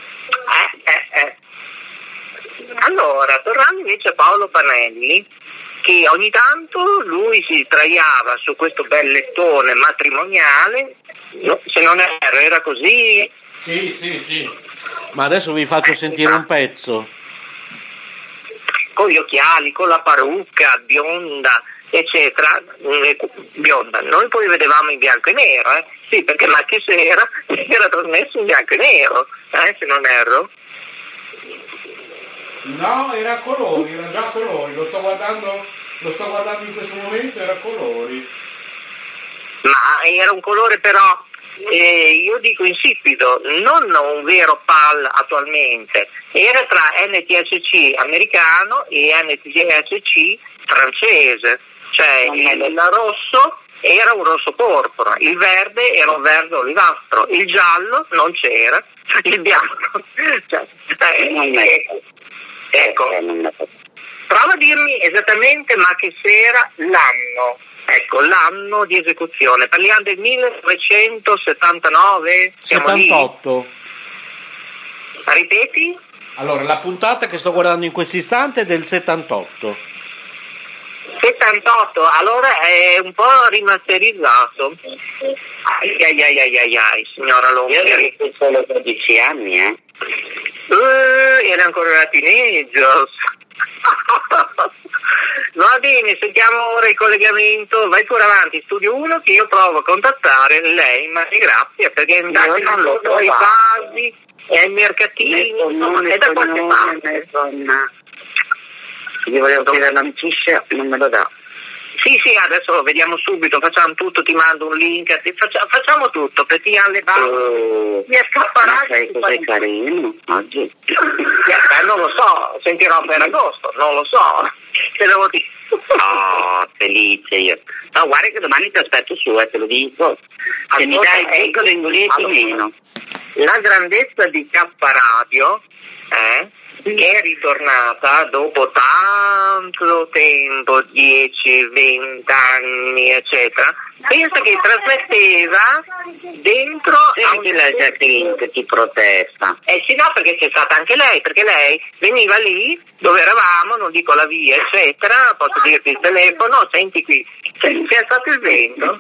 S4: Allora, tornando invece a Paolo Panelli, che ogni tanto lui si sdraiava su questo bel lettone matrimoniale, no, se non era così.
S3: Sì. Ma adesso vi faccio sentire un pezzo.
S4: Con gli occhiali, con la parrucca bionda, eccetera, bionda. Noi poi vedevamo in bianco e nero, sì, perché Macchia Sera era trasmesso in bianco e nero, se non erro.
S3: No, era a colori, era già a colori, lo sto guardando in questo momento, era a colori.
S4: Ma era un colore però, io dico insipido, non un vero PAL attualmente, era tra NTSC americano e NTSC francese, cioè il rosso era un rosso porpora, il verde era un verde olivastro, il giallo non c'era, il bianco, cioè, ecco, prova a dirmi esattamente ma che sera l'anno, ecco, l'anno di esecuzione, parliamo del 1979?
S3: 78.
S4: Ripeti?
S3: Allora, la puntata che sto guardando in questo istante è del 78.
S4: 78, allora è un po' rimasterizzato. Ai, signora Longa.
S5: Io ho solo 12 anni,
S4: Era ancora teenager. Va bene, sentiamo ora il collegamento, vai pure avanti, studio 1 che io provo a contattare lei, ma grazie perché indagino non lo so, i fasi, è il mercatino, è da qualche parte.
S5: Gli volevo chiedere l'amicizia, non me lo dà.
S4: Sì, adesso lo vediamo subito, facciamo tutto, ti mando un link, facciamo tutto, perché alle base mi è scappato.
S5: Sai cos'è carino oggi?
S4: Non lo so, sentirò per agosto, non lo so, te devo dire.
S5: Oh, felice io. No, guarda che domani ti aspetto su, te lo dico. Se mi dai il picco di inglese meno.
S4: La grandezza di K Radio che è ritornata dopo tanto tempo, 10, 20 anni, eccetera, pensa che trasmetteva dentro
S5: anche la Jacqueline che ti protesta.
S4: Sì, no, perché c'è stata anche lei, perché lei veniva lì dove eravamo, non dico la via, eccetera, posso dirti il telefono, senti qui, c'è stato il vento.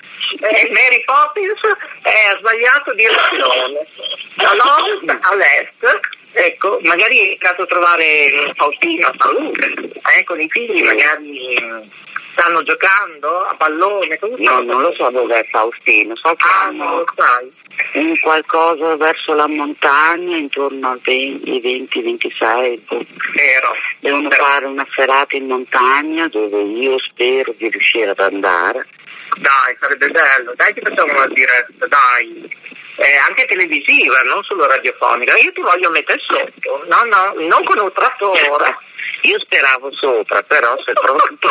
S4: Mary Poppins ha sbagliato direzione dall'ovest all'est, ecco, magari è entrato a trovare Faustino a salute, con i figli magari stanno giocando a pallone.
S5: No, non lo so dove è Faustino, so che
S4: non lo sai.
S5: Un qualcosa verso la montagna intorno al 20-26. Devono fare una serata in montagna dove io spero di riuscire ad andare.
S4: Dai, sarebbe bello, dai, ti facciamo una diretta, dai, anche televisiva, non solo radiofonica. Io ti voglio mettere sotto, no, non con un trattore.
S5: Io speravo sopra, però se pronto.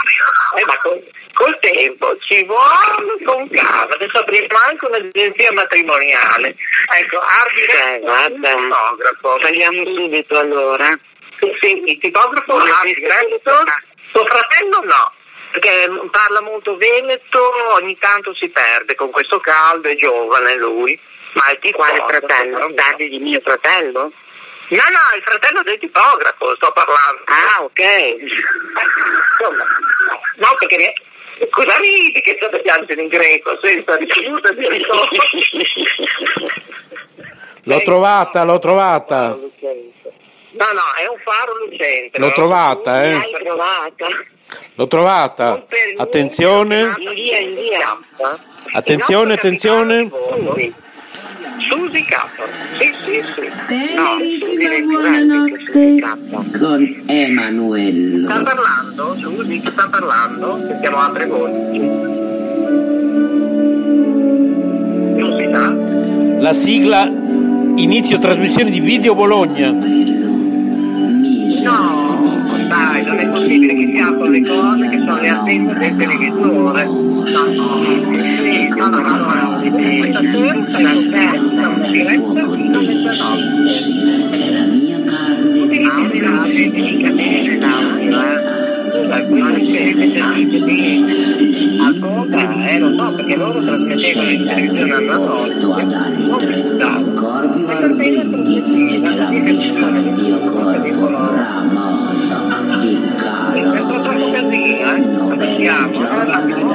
S4: Ma col tempo ci vuole con calma, adesso apriamo anche un'agenzia matrimoniale. Ecco,
S5: guarda,
S4: tipografo.
S5: Tagliamo subito allora.
S4: Sì, il tipografo diretto, suo fratello no. Perché parla molto veneto, ogni tanto si perde con questo caldo, è giovane lui. Ma il
S5: quale fratello? Dargli di mio fratello?
S4: No, il fratello del tipografo, sto parlando.
S5: Ah, ok.
S4: Insomma, no, perché cosa ridi che state piangendo in greco senza ricevuta di ritorno?
S3: L'ho trovata.
S4: No, è un faro lucente.
S3: L'ho trovata,
S5: L'hai trovata?
S3: L'ho trovata. Attenzione. Attenzione.
S4: Susi K. Sì.
S6: Tenerissima buonanotte con Emanuello.
S4: Sta parlando? Susi, chi sta parlando? Sentiamo altre voci. Non si sa.
S3: La sigla inizio trasmissione di Video Bologna.
S4: No, dai. dai, non è possibile che si aprono le cose che sono le attese del televisore. No, questa sera sarà una diretta fino a mezzanotte. Lo so, perché loro trasmettevano in televisione alla notte.
S6: Corpi ardenti e che lambiscono il mio corpo bramoso di calore. Novelle giorno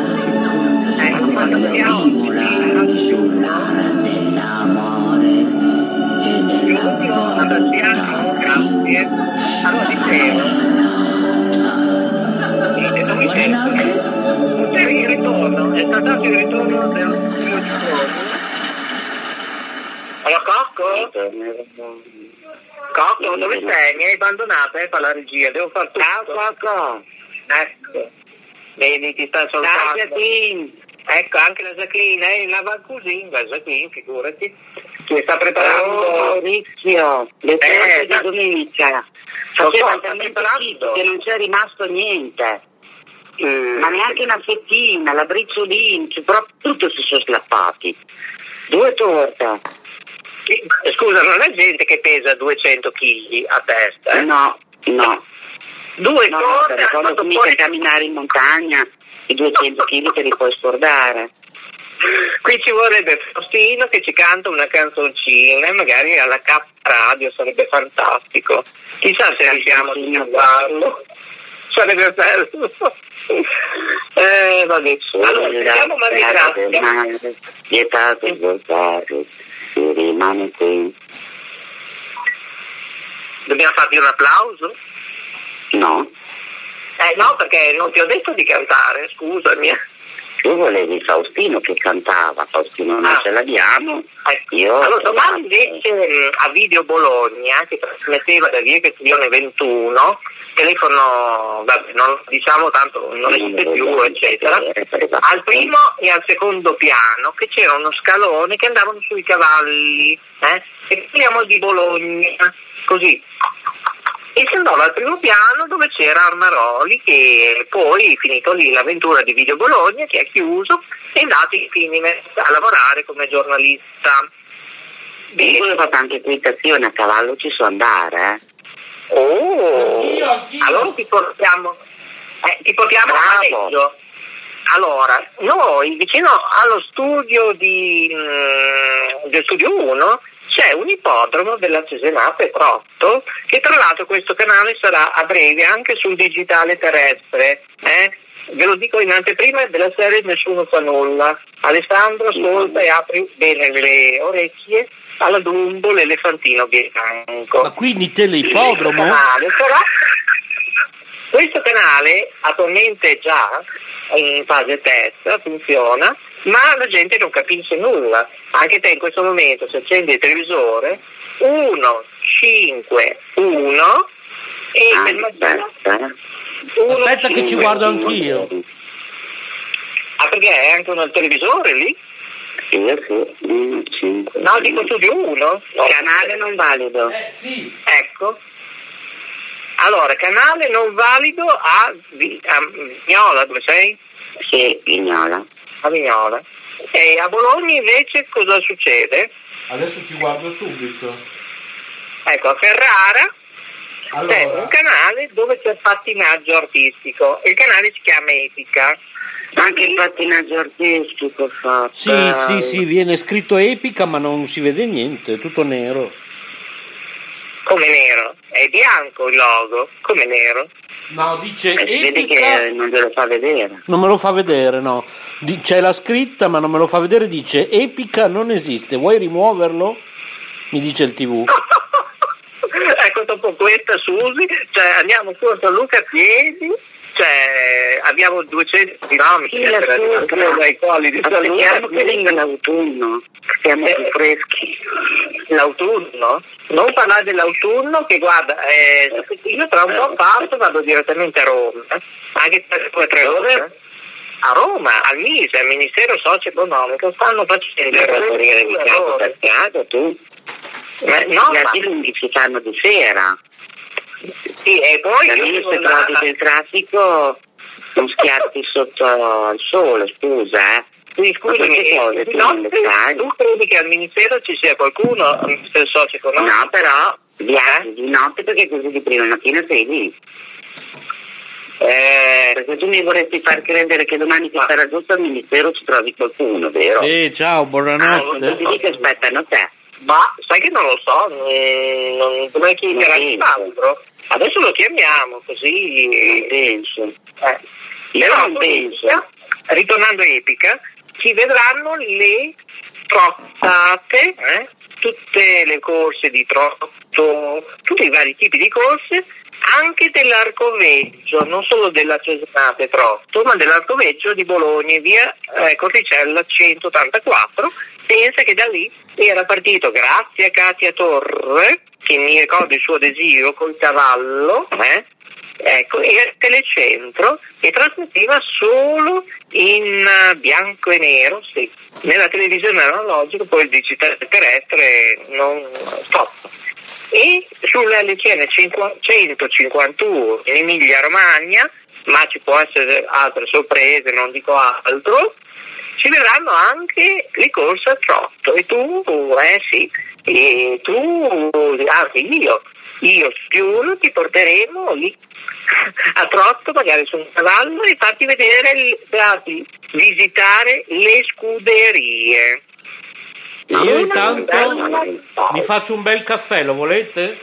S6: d'arco, sull'ara dell'amore e della volontà
S4: grazie. Allora dicevo, non c'era il ritorno, è stato il ritorno dell'ultimo giorno. Allora Cocco, dove sei? Mi hai abbandonato per la regia, devo far tutto. Cocco. Ecco. Vedi, ti sta soltanto. Ecco, anche la Jacqueline, la Valcusina, la Jacqueline, figurati. Che sta preparando
S5: Ricchio, le torte di domenica. Faceva talmente schifo che non c'è rimasto niente. Ma neanche una fettina, la briciolina, tutto si sono slappati. 2 torte.
S4: Scusa, non è gente che pesa 200 kg a testa?
S5: No.
S4: 2 torte.
S5: No, quando cominci a camminare in montagna, i 200 kg te li puoi scordare.
S4: Qui ci vorrebbe Faustino che ci canta una canzoncina, magari alla K Radio, sarebbe fantastico. Chissà se riusciamo a farlo. Sarebbe bello. Vabbè. Allora, vediamo Maria Grazia.
S5: Vietato il voltare, si rimane qui.
S4: Dobbiamo farti un applauso?
S5: No.
S4: No, perché non ti ho detto di cantare, scusami.
S5: Tu volevi Faustino che cantava, Faustino non ce l'abbiamo. Io
S4: allora domani invece a Video Bologna, che trasmetteva da Via Castiglione 21, telefono, vabbè, non diciamo tanto, non esiste più, eccetera, al primo e al secondo piano, che c'era uno scalone che andavano sui cavalli, e parliamo di Bologna, così. E si andava al primo piano dove c'era Armaroli, che poi, finito lì l'avventura di Video Bologna, che è chiuso, è andato infine a lavorare come giornalista.
S5: Io ho fatto anche equitazione a cavallo, ci so andare,
S4: Oh, anch'io. Allora ti portiamo a Reggio. Allora, noi vicino allo studio del studio 1 c'è un ippodromo della Cesenate Trotto, che tra l'altro questo canale sarà a breve anche sul digitale terrestre. Ve lo dico in anteprima della serie Nessuno fa nulla. Alessandro ascolta e apri bene le orecchie alla Dumbo l'elefantino bianco.
S3: Ma quindi teleippodromo?
S4: Questo canale attualmente è già in fase test, funziona, ma la gente non capisce nulla. Anche te in questo momento, se accendi il televisore, 1, 5, 1 e per magia.
S3: Aspetta che ci guardo anch'io.
S4: Ah, perché è anche un televisore lì?
S5: Io sì, 1, 5.
S4: No, dico studio 1.
S5: Canale non valido.
S3: Sì.
S4: Ecco. Allora, canale non valido a Vignola, dove sei?
S5: Sì, Vignola.
S4: A Vignola. E a Bologna invece cosa succede?
S3: Adesso ci guardo subito.
S4: Ecco, a Ferrara
S3: allora,
S4: c'è un canale dove c'è pattinaggio artistico. Il canale si chiama Epica.
S5: Anche il pattinaggio artistico fatto.
S3: Sì, viene scritto Epica ma non si vede niente, è tutto nero.
S4: Come nero? È bianco il logo, come nero?
S3: No, dice Epica.
S5: Vedi che non te lo fa vedere.
S3: Non me lo fa vedere, no. C'è la scritta ma non me lo fa vedere, dice Epica non esiste, vuoi rimuoverlo? Mi dice il TV.
S4: Ecco, dopo questa Susi, cioè andiamo contro Luca Piedi, cioè abbiamo 200 chilometri per arrivare dai colli di salute.
S5: Aspettiamo che venga l'autunno, siamo più freschi.
S4: L'autunno? Non parlare dell'autunno, che guarda, io tra un po' parto, vado direttamente a Roma, anche per 2 o 3 ore. A Roma, al MISE, al Ministero Socio-Economico, stanno facendo il
S5: corriere di capo per caso tu?
S4: No,
S5: gli asili si fanno di sera.
S4: Sì, e poi
S5: se trovi del traffico non schiatti sotto al sole, scusa,
S4: Sì, scusami,
S5: cose,
S4: tu credi che al Ministero ci sia qualcuno, al Ministero socio-economico?
S5: No, però viaggi di notte perché così di prima mattina sei lì. Perché tu mi vorresti far credere che domani ti sarà giusto al Ministero ci trovi qualcuno, vero?
S3: Sì, ciao, buonanotte.
S5: Tutti lì che aspettano te.
S4: Ma sai che non lo so, non dovrei chiedere a altro. Adesso lo chiamiamo così.
S5: Penso.
S4: Però
S5: non penso.
S4: Ritornando a Epica, ci vedranno le trottate, tutte le corse di trotto, tutti i vari tipi di corse, anche dell'arcoveggio, non solo della Cesenate Trotto, ma dell'arcoveggio di Bologna, via Corticella 184. Pensa che da lì era partito, grazie a Katia Torre, che mi ricordo il suo adesivo col cavallo, ecco, era Telecentro e trasmetteva solo in bianco e nero, sì. Nella televisione analogica, poi il digitale terrestre non stop. E sull'LCN 151 in Emilia Romagna, ma ci può essere altre sorprese, non dico altro, ci vedranno anche le corse a trotto. E tu, sì, e tu, anzi io più uno ti porteremo lì a trotto, magari su un cavallo, e farti vedere, farti visitare le scuderie.
S3: Io intanto mi faccio un bel caffè, lo volete?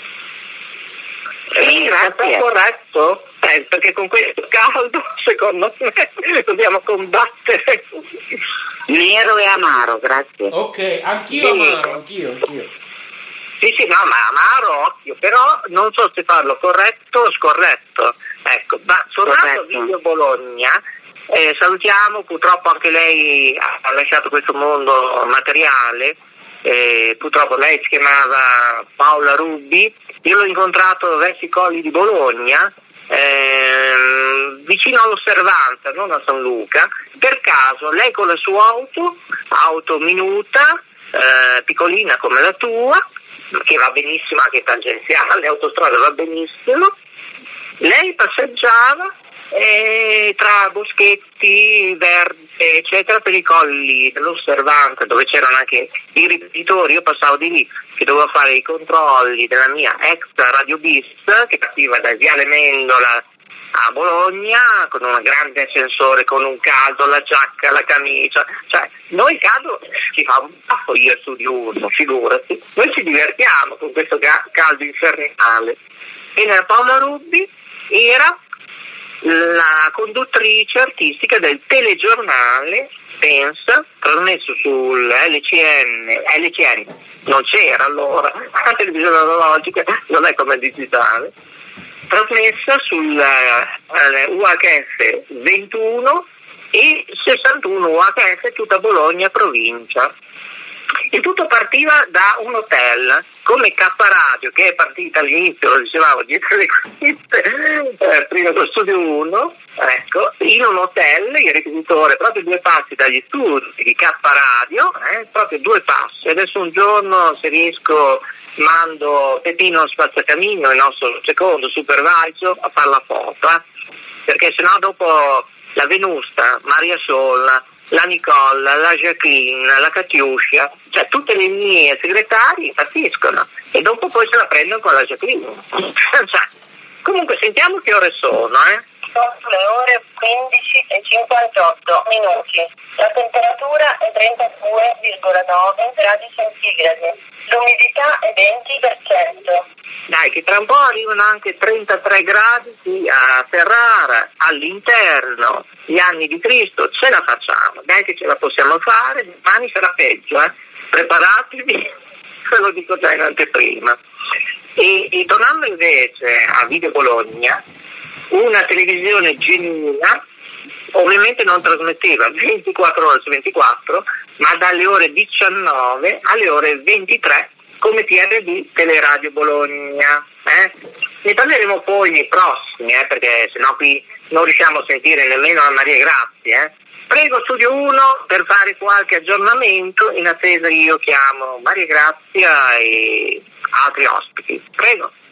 S4: Sì, grazie, corretto. Perché con questo caldo, secondo me, dobbiamo combattere.
S5: Nero e amaro, grazie.
S3: Ok, anch'io amaro, anch'io.
S4: Sì, no, ma amaro, occhio, però non so se farlo corretto o scorretto. Ecco, ma tornando a Video Bologna, salutiamo, purtroppo anche lei ha lasciato questo mondo materiale, purtroppo lei si chiamava Paola Rubbi, io l'ho incontrato verso i colli di Bologna, vicino all'Osservanza, non a San Luca, per caso lei con la sua auto minuta, piccolina come la tua, che va benissimo anche tangenziale, autostrada va benissimo, lei passeggiava tra boschetti, verde, eccetera, per i colli dell'Osservanza, dove c'erano anche i ripetitori. Io passavo di lì che dovevo fare i controlli della mia ex Radio Bis, che partiva da Viale Mendola a Bologna, con un grande ascensore, con un caldo, la giacca, la camicia, cioè noi caldo ci fa un baffo, io studio uno, figurati, noi ci divertiamo con questo caldo infernale. E nella Paola Rubbi era la conduttrice artistica del telegiornale, pensa, trasmesso sul LCN, non c'era allora, la televisione analogica, non è come il digitale, trasmessa sul UHF 21 e 61 UHF tutta Bologna provincia. E tutto partiva da un hotel, come K Radio, che è partita all'inizio, lo dicevamo, dietro le quinte, prima con Studio 1, ecco, in un hotel, il ripetitore proprio 2 passi dagli studi di K Radio, proprio 2 passi. Adesso un giorno, se riesco, mando Peppino Spazzacamino, il nostro secondo supervisor, a fare la foto, perché sennò dopo la Venusta, Maria Sola, la Nicola, la Jacqueline, la Catiuscia, cioè tutte le mie segretarie impazziscono e dopo poi se la prendono con la Jacqueline. Cioè, comunque sentiamo che ore sono,
S7: Sono le ore 15:58. La temperatura è 32,9 gradi centigradi. L'umidità è 20%.
S4: Dai, che tra un po' arrivano anche 33 gradi qui a Ferrara, all'interno, gli anni di Cristo, ce la facciamo, dai che ce la possiamo fare, domani sarà peggio, preparatevi, ve lo dico già in anteprima. E tornando invece a Video Bologna, una televisione genuina, ovviamente non trasmetteva 24 ore su 24, ma dalle ore 19 alle ore 23 come TRD Teleradio Bologna. Ne parleremo poi nei prossimi, perché sennò qui non riusciamo a sentire nemmeno la Maria Grazia. Prego Studio 1 per fare qualche aggiornamento, in attesa io chiamo Maria Grazia e altri ospiti. Prego.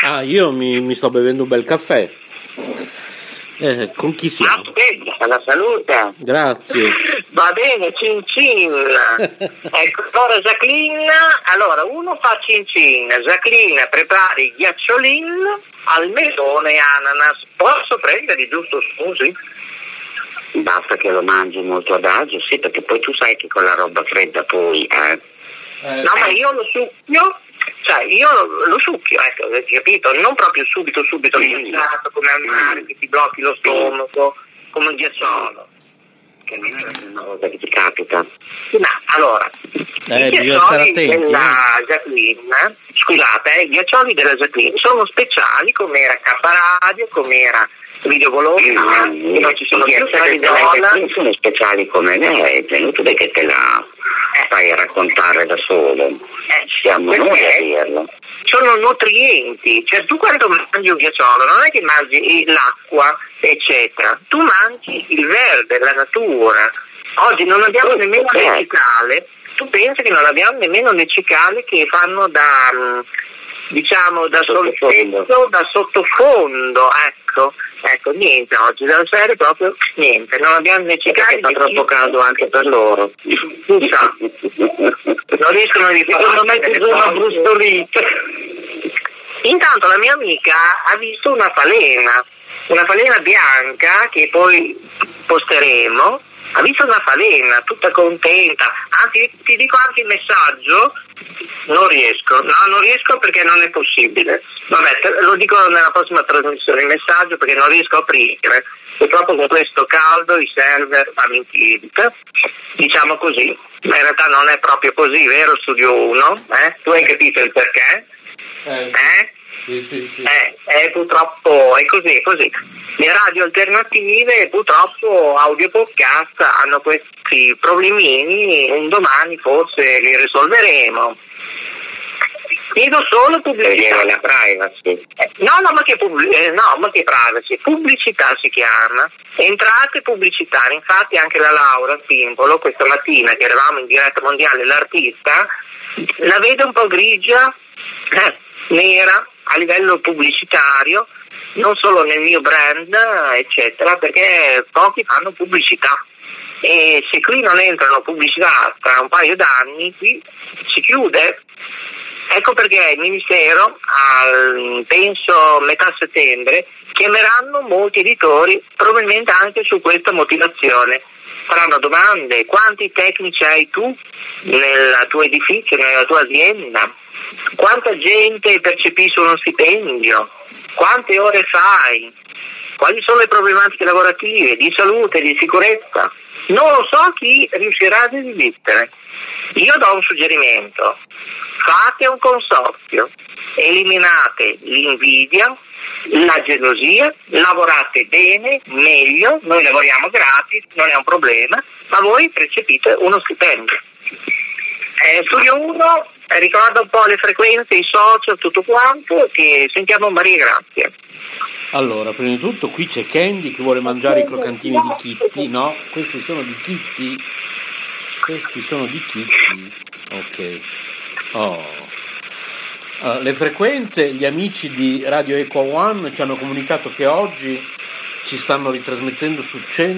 S3: Io mi sto bevendo un bel caffè. Con chi siamo?
S5: Aspetta, la salute.
S3: Grazie.
S4: Va bene, cin cin. Ecco, allora Jacqueline, allora uno fa cin cin, Jacqueline prepari ghiacciolin al melone e ananas. Posso prendere giusto, scusi?
S5: Basta che lo mangi molto adagio, sì, perché poi tu sai che con la roba fredda poi...
S4: No, ma io lo succhio. Cioè io lo succhio, ecco, capito? Non proprio subito ghiacciato come al mare che ti blocchi lo stomaco, come un ghiacciolo.
S5: Che non è la prima volta che ti capita.
S4: No, allora, i
S3: bisogna stare
S4: ghiaccioli
S3: attenti.
S4: della Jacqueline, scusate, i ghiaccioli della Jacqueline sono speciali come era K-Radio, come era Video Bologna, che non ci sono
S5: i
S4: più
S5: ghiaccioli della Jacqueline sono speciali come lei, è inutile che te la fai raccontare da solo. Siamo noi a dirlo.
S4: Sono nutrienti, cioè tu quando mangi un ghiacciolo non è che mangi l'acqua eccetera, tu mangi il verde, la natura. Oggi non abbiamo nemmeno le cicale, tu pensi che non abbiamo nemmeno le cicale che fanno da diciamo da solfeggio, da sottofondo, ecco niente oggi della serie proprio niente, non abbiamo le cicale,
S5: fa troppo caldo anche per loro.
S4: Non riescono a
S5: secondo me ti sono brustolito.
S4: Intanto la mia amica ha visto una falena bianca che poi posteremo, ha visto una falena tutta contenta, anzi ti dico anche il messaggio, non riesco perché non è possibile, vabbè lo dico nella prossima trasmissione il messaggio perché non riesco a aprire, purtroppo con questo caldo i server vanno in tilt, diciamo così, ma in realtà non è proprio così, vero Studio 1? Tu hai capito il perché?
S3: Sì.
S4: Purtroppo è così. Le radio alternative purtroppo audio podcast hanno questi problemini, un domani forse li risolveremo. Chiedo solo pubblicità.
S5: La privacy.
S4: Ma che privacy? Pubblicità si chiama. Entrate pubblicitarie. Infatti anche la Laura Simbolo questa mattina che eravamo in diretta mondiale, l'artista, la vede un po' grigia, nera a livello pubblicitario, non solo nel mio brand eccetera, perché pochi fanno pubblicità e se qui non entrano pubblicità tra un paio d'anni qui si chiude. Ecco perché il Ministero penso metà settembre chiameranno molti editori, probabilmente anche su questa motivazione. Faranno domande: quanti tecnici hai tu nel tuo edificio, nella tua azienda? Quanta gente percepisce uno stipendio? Quante ore fai? Quali sono le problematiche lavorative, di salute, di sicurezza? Non lo so chi riuscirà a desistere. Io do un suggerimento: fate un consorzio, eliminate l'invidia, la gelosia, lavorate bene, meglio, noi lavoriamo gratis, non è un problema, ma voi percepite uno stipendio. Studio 1, ricorda un po' le frequenze, i social, tutto quanto, che sentiamo Maria Grazia.
S3: Allora, prima di tutto qui c'è Candy che vuole mangiare i croccantini di Kitty, no? Questi sono di Kitty. Ok. Le frequenze, gli amici di Radio Eco One ci hanno comunicato che oggi ci stanno ritrasmettendo su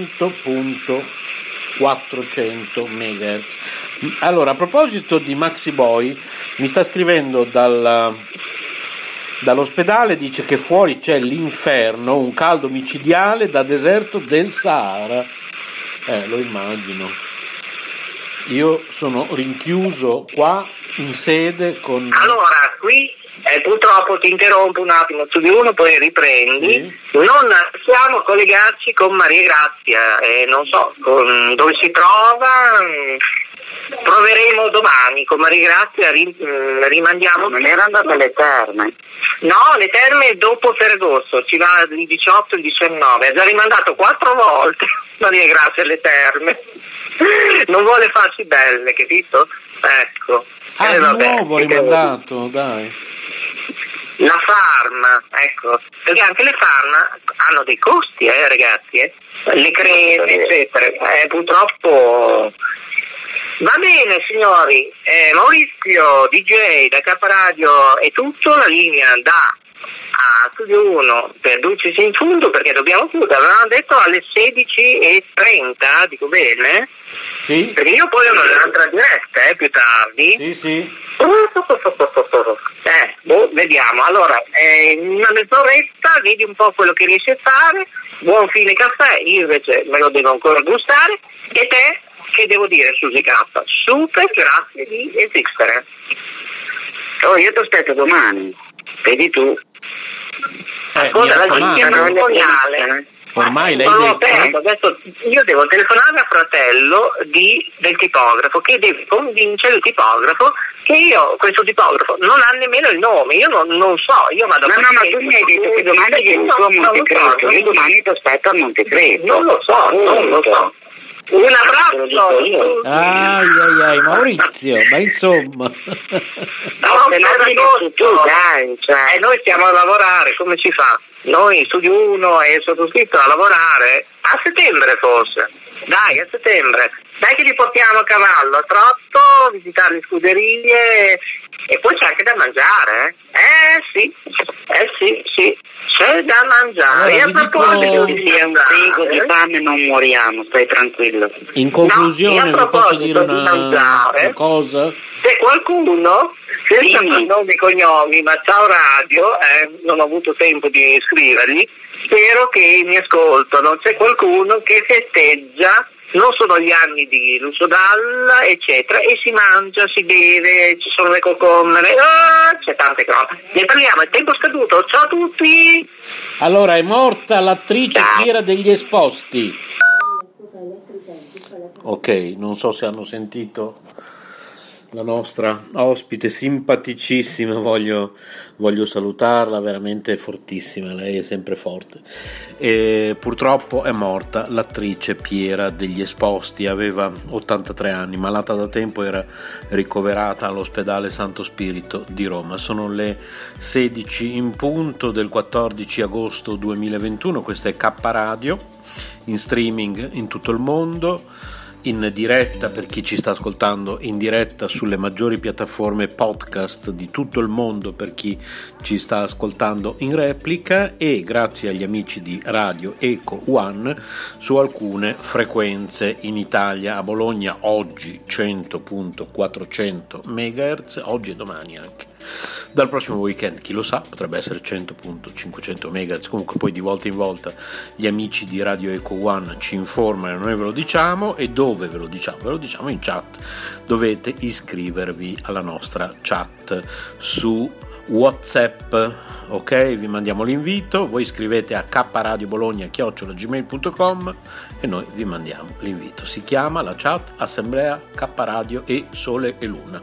S3: 100.400 MHz. Allora, a proposito di Maxi Boy, mi sta scrivendo dall'ospedale, dice che fuori c'è l'inferno, un caldo micidiale da deserto del Sahara. Lo immagino. Io sono rinchiuso qua in sede con...
S4: Allora, qui purtroppo ti interrompo un attimo, Studio 1, poi riprendi. Sì. Non possiamo collegarci con Maria Grazia, non so dove si trova. Proveremo domani con Maria Grazia, rimandiamo.
S5: Non era andata alle terme?
S4: No, le terme dopo Ferragosto, ci va il 18 e il 19, ha già rimandato 4 volte Maria Grazia alle terme. Non vuole farsi belle, capito? Ecco.
S3: Di nuovo rimandato, dai.
S4: La farma, ecco, perché anche le farma hanno dei costi, ragazzi, le creme, eccetera. Purtroppo. Va bene signori, Maurizio DJ da K-Radio è tutto, la linea da a Studio 1 per Dulcis in Fundo, perché dobbiamo chiudere, avevano detto alle 16:30, dico bene?
S3: Sì.
S4: Perché io poi ho un'altra diretta più tardi.
S3: Sì, sì.
S4: Vediamo. Allora, in una mezz'oretta vedi un po' quello che riesci a fare. Buon fine caffè, io invece me lo devo ancora gustare. E te, che devo dire, Susi K? Super grazie di esistere.
S5: Oh, io ti aspetto domani, vedi tu.
S4: Ascolta, la giustizia matrimoniale.
S3: Ormai lei
S4: adesso io devo telefonare a fratello del tipografo, che deve convincere il tipografo che questo tipografo non ha nemmeno il nome, io non so, io vado
S5: ma tu mi hai detto che domani vieni tu a Montecreto, io domani ti aspetto a Montecreto.
S4: Non lo so. Un abbraccio.
S3: Ai, Maurizio, ma insomma.
S4: Noi stiamo a lavorare, come si fa? Noi Studio 1 e sottoscritto a lavorare a settembre forse. Dai, a settembre. Dai che li portiamo a cavallo, a Trotto, visitare le scuderie e poi c'è anche da mangiare. Sì. C'è da mangiare.
S3: Allora,
S4: e a proposito
S5: di frigo di fame non moriamo, stai tranquillo.
S3: In conclusione, vi posso dire una cosa?
S4: C'è qualcuno, senza nomi e cognomi, ma ciao radio, non ho avuto tempo di scrivergli, spero che mi ascoltano. C'è qualcuno che festeggia, non sono gli anni di Lucio Dalla, eccetera, e si mangia, si beve, ci sono le cocommere, c'è tante cose. Ne parliamo, è tempo scaduto, ciao a tutti!
S3: Allora, è morta l'attrice Piera degli Esposti. Ok, non so se hanno sentito la nostra ospite simpaticissima, voglio salutarla, veramente fortissima, lei è sempre forte. E purtroppo è morta l'attrice Piera degli Esposti, aveva 83 anni, malata da tempo, era ricoverata all'ospedale Santo Spirito di Roma. Sono le 16 in punto del 14 agosto 2021, questa è K Radio, in streaming in tutto il mondo, in diretta per chi ci sta ascoltando in diretta sulle maggiori piattaforme podcast di tutto il mondo per chi ci sta ascoltando in replica, e grazie agli amici di Radio Eco One su alcune frequenze in Italia. A Bologna oggi 100.400 MHz, oggi e domani anche. Dal prossimo weekend, chi lo sa, potrebbe essere 100.500 MHz. Comunque poi di volta in volta gli amici di Radio Eco One ci informano e noi ve lo diciamo. E dove ve lo diciamo? Ve lo diciamo in chat. Dovete iscrivervi alla nostra chat su WhatsApp, ok? Vi mandiamo l'invito, voi scrivete a kradiobologna@gmail.com e noi vi mandiamo l'invito. Si chiama la chat Assemblea K Radio e Sole e Luna.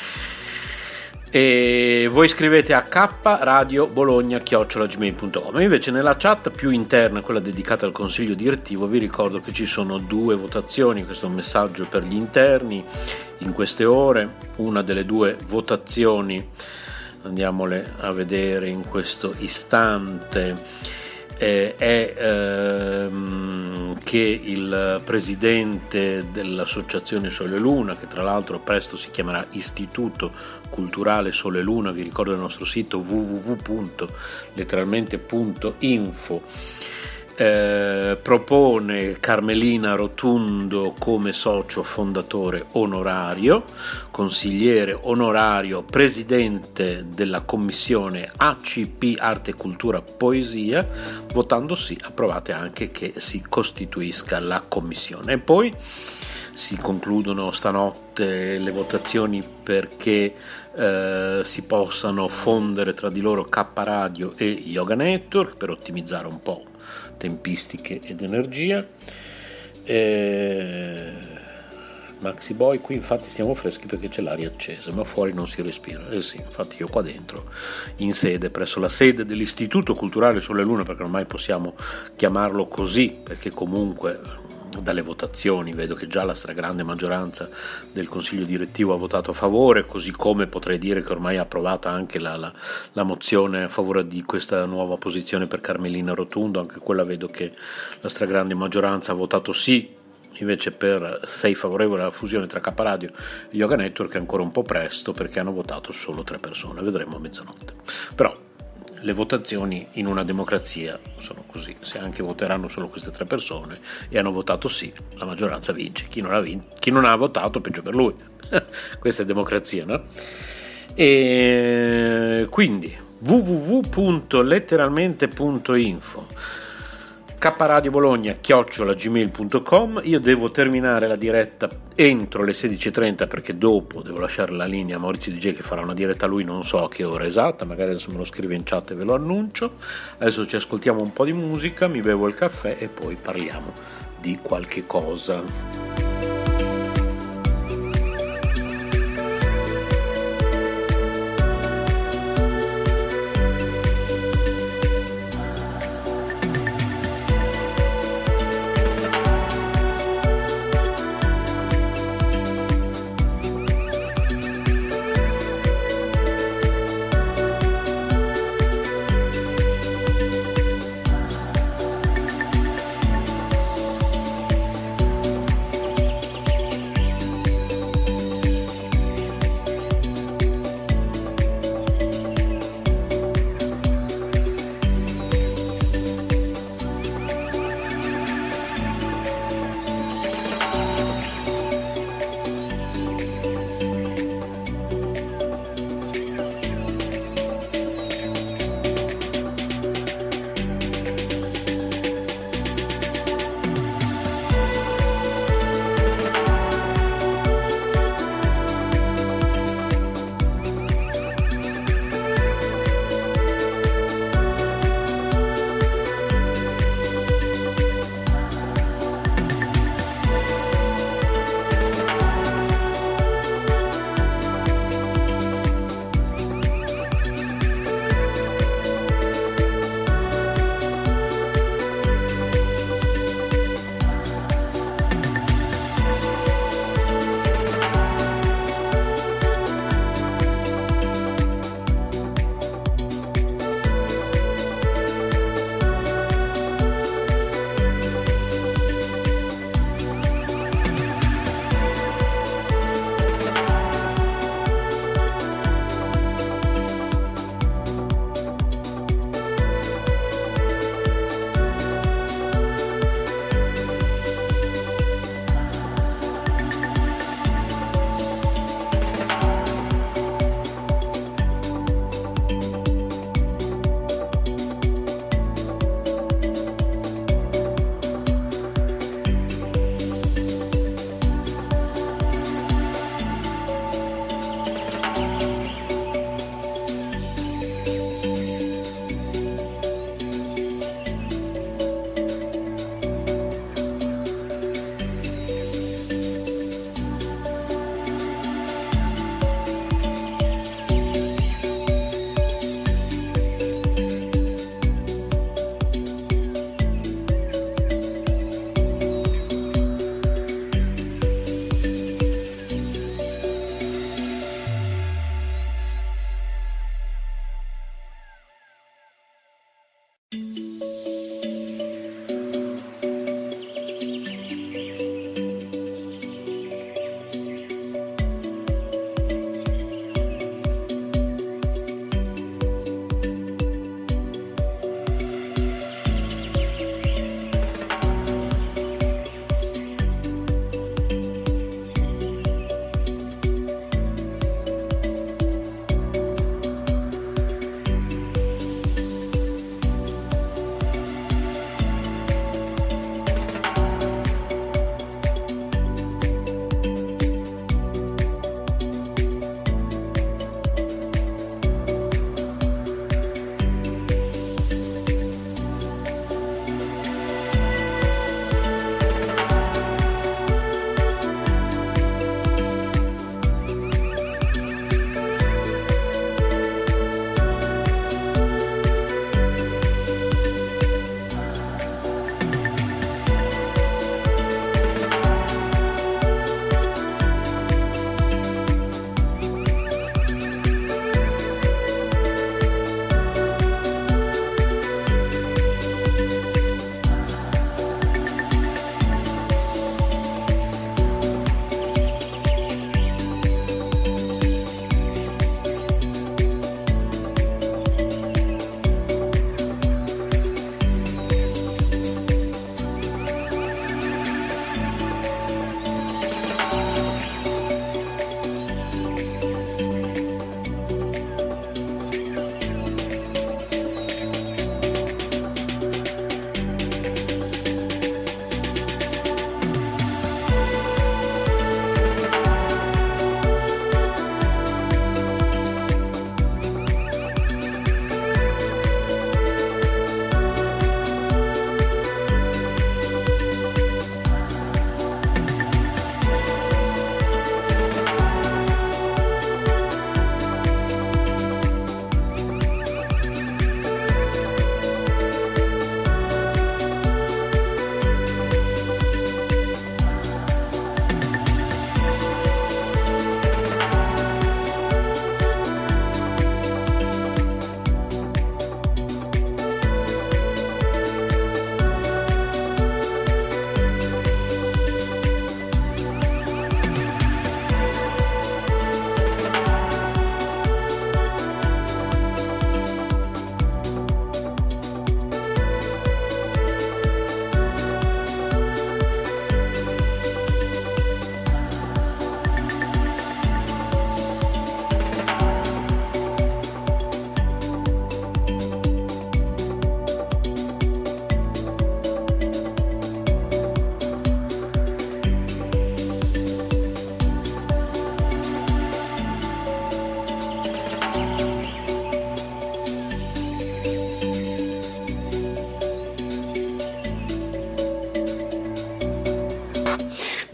S3: E voi scrivete a kradiobologna@gmail.com. Invece nella chat più interna, quella dedicata al consiglio direttivo, vi ricordo che ci sono 2 votazioni. Questo è un messaggio per gli interni in queste ore. Una delle 2 votazioni, andiamole a vedere in questo istante, è che il presidente dell'associazione Sole Luna, che tra l'altro presto si chiamerà Istituto Culturale Sole Luna, vi ricordo il nostro sito www.letteralmente.info, propone Carmelina Rotundo come socio fondatore onorario, consigliere onorario, presidente della commissione ACP Arte, Cultura, Poesia. Votando sì, approvate anche che si costituisca la commissione. E poi si concludono stanotte le votazioni perché si possano fondere tra di loro K Radio e Yoga Network per ottimizzare un po' tempistiche ed energia. Maxi Boy, qui infatti stiamo freschi perché c'è l'aria accesa, ma fuori non si respira. Sì, infatti io qua dentro, in sede, presso la sede dell'Istituto Culturale Sole Luna, perché ormai possiamo chiamarlo così, perché comunque dalle votazioni vedo che già la stragrande maggioranza del consiglio direttivo ha votato a favore, così come potrei dire che ormai è approvata anche la mozione a favore di questa nuova posizione per Carmelina Rotundo. Anche quella vedo che la stragrande maggioranza ha votato sì. Invece per 6 favorevole alla fusione tra K Radio e Yoga Network è ancora un po' presto, perché hanno votato solo 3 persone, vedremo a mezzanotte. Però le votazioni in una democrazia sono così, se anche voteranno solo queste 3 persone e hanno votato sì, la maggioranza vince, chi non ha votato peggio per lui. Questa è democrazia, no? E quindi www.letteralmente.info, kradiobologna@gmail.com. Io devo terminare la diretta entro le 16:30 perché dopo devo lasciare la linea a Maurizio DJ che farà una diretta lui, non so a che ora esatta, magari adesso me lo scrive in chat e ve lo annuncio. Adesso ci ascoltiamo un po' di musica, mi bevo il caffè e poi parliamo di qualche cosa.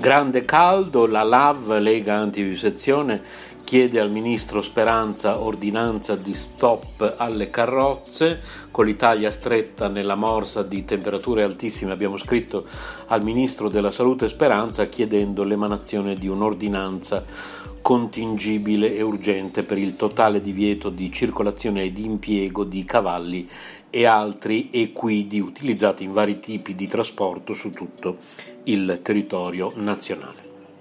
S3: Grande caldo, la LAV, Lega Antivivisezione, chiede al ministro Speranza ordinanza di stop alle carrozze. Con l'Italia stretta nella morsa di temperature altissime abbiamo scritto al ministro della Salute Speranza chiedendo l'emanazione di un'ordinanza contingibile e urgente per il totale divieto di circolazione e di impiego di cavalli e altri equidi utilizzati in vari tipi di trasporto su tutto il territorio nazionale.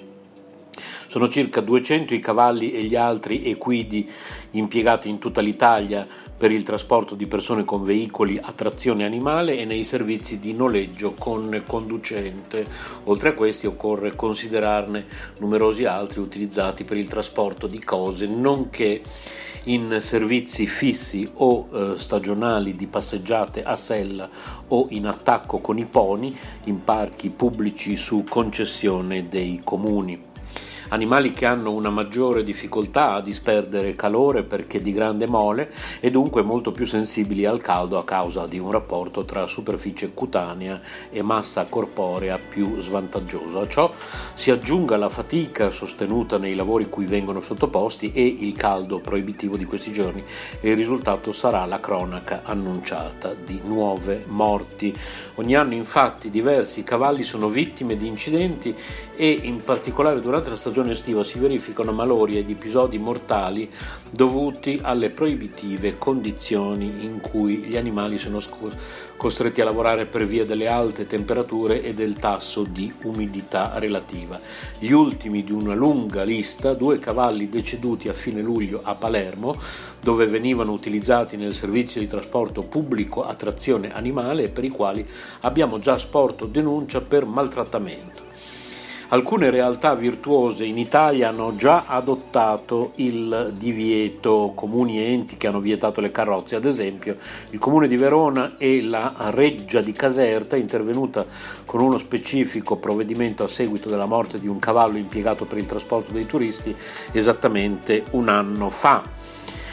S3: Sono circa 200 i cavalli e gli altri equidi impiegati in tutta l'Italia per il trasporto di persone con veicoli a trazione animale e nei servizi di noleggio con conducente. Oltre a questi occorre considerarne numerosi altri utilizzati per il trasporto di cose, nonché in servizi fissi o stagionali di passeggiate a sella o in attacco con i poni in parchi pubblici su concessione dei comuni. Animali che hanno una maggiore difficoltà a disperdere calore perché di grande mole e dunque molto più sensibili al caldo a causa di un rapporto tra superficie cutanea e massa corporea più svantaggioso. A ciò si aggiunga la fatica sostenuta nei lavori cui vengono sottoposti e il caldo proibitivo di questi giorni e il risultato sarà la cronaca annunciata di nuove morti. Ogni anno infatti diversi cavalli sono vittime di incidenti e in particolare durante la stagione estiva si verificano malori ed episodi mortali dovuti alle proibitive condizioni in cui gli animali sono costretti a lavorare per via delle alte temperature e del tasso di umidità relativa. Gli ultimi di una lunga lista, 2 cavalli deceduti a fine luglio a Palermo, dove venivano utilizzati nel servizio di trasporto pubblico a trazione animale e per i quali abbiamo già sporto denuncia per maltrattamento. Alcune realtà virtuose in Italia hanno già adottato il divieto, comuni e enti che hanno vietato le carrozze, ad esempio il Comune di Verona e la Reggia di Caserta, intervenuta con uno specifico provvedimento a seguito della morte di un cavallo impiegato per il trasporto dei turisti esattamente un anno fa.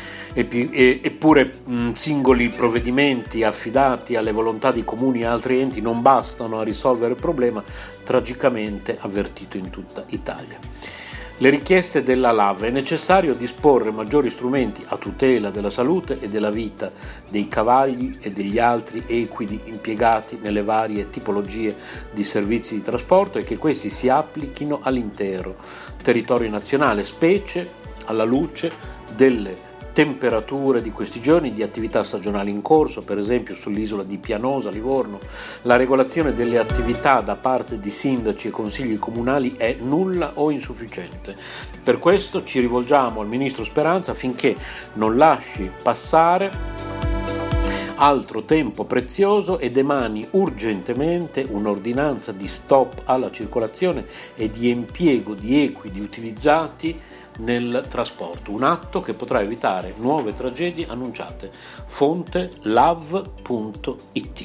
S3: Eppure singoli provvedimenti affidati alle volontà di comuni e altri enti non bastano a risolvere il problema tragicamente avvertito in tutta Italia. Le richieste della LAV: è necessario disporre maggiori strumenti a tutela della salute e della vita dei cavalli e degli altri equidi impiegati nelle varie tipologie di servizi di trasporto e che questi si applichino all'intero territorio nazionale, specie alla luce delle temperature di questi giorni, di attività stagionali in corso, per esempio sull'isola di Pianosa, Livorno. La regolazione delle attività da parte di sindaci e consigli comunali è nulla o insufficiente. Per questo ci rivolgiamo al ministro Speranza affinché non lasci passare altro tempo prezioso ed emani urgentemente un'ordinanza di stop alla circolazione e di impiego di equidi utilizzati nel trasporto, un atto che potrà evitare nuove tragedie annunciate. Fonte lav.it.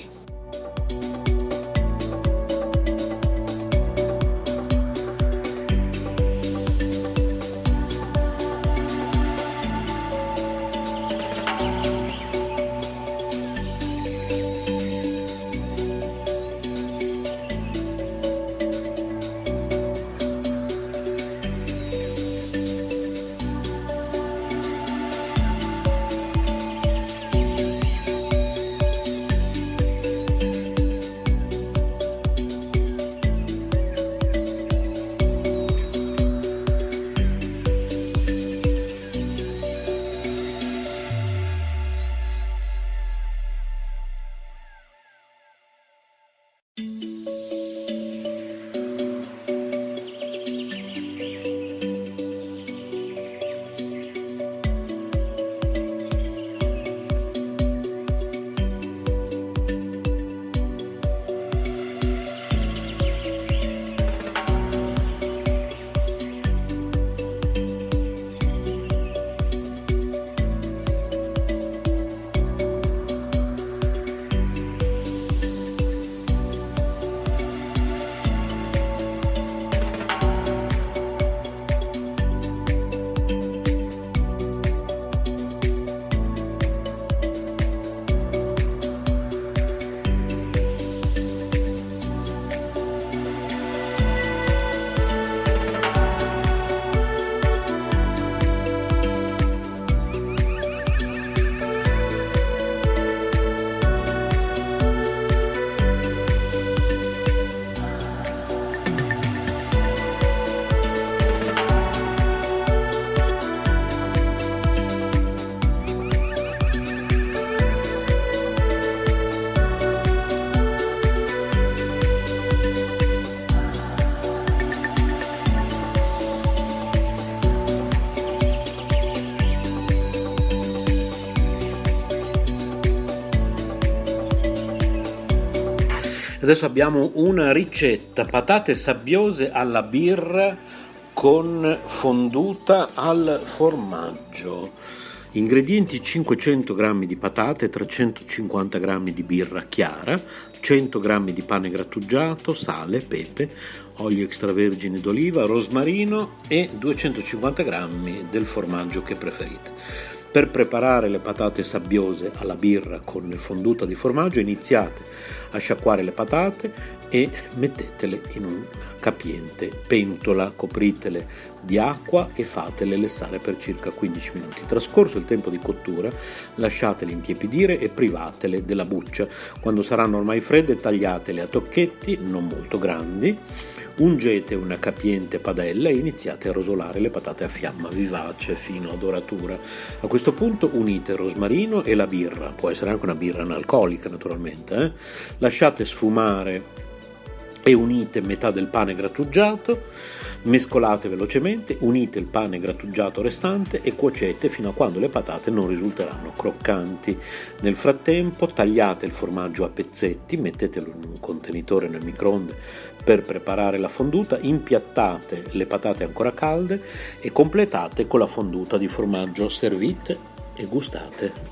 S3: Adesso abbiamo una ricetta: patate sabbiose alla birra con fonduta al formaggio. Ingredienti: 500 g di patate, 350 g di birra chiara, 100 g di pane grattugiato, sale, pepe, olio extravergine d'oliva, rosmarino e 250 g del formaggio che preferite. Per preparare le patate sabbiose alla birra con fonduta di formaggio, iniziate a sciacquare le patate e mettetele in un capiente pentola, copritele di acqua e fatele lessare per circa 15 minuti. Trascorso il tempo di cottura, lasciatele intiepidire e privatele della buccia. Quando saranno ormai fredde, tagliatele a tocchetti non molto grandi, ungete una capiente padella e iniziate a rosolare le patate a fiamma vivace fino a doratura. A questo punto unite il rosmarino e la birra, può essere anche una birra analcolica naturalmente, Lasciate sfumare e unite metà del pane grattugiato, mescolate velocemente, unite il pane grattugiato restante e cuocete fino a quando le patate non risulteranno croccanti. Nel frattempo tagliate il formaggio a pezzetti, mettetelo in un contenitore nel microonde per preparare la fonduta, impiattate le patate ancora calde e completate con la fonduta di formaggio, servite e gustate.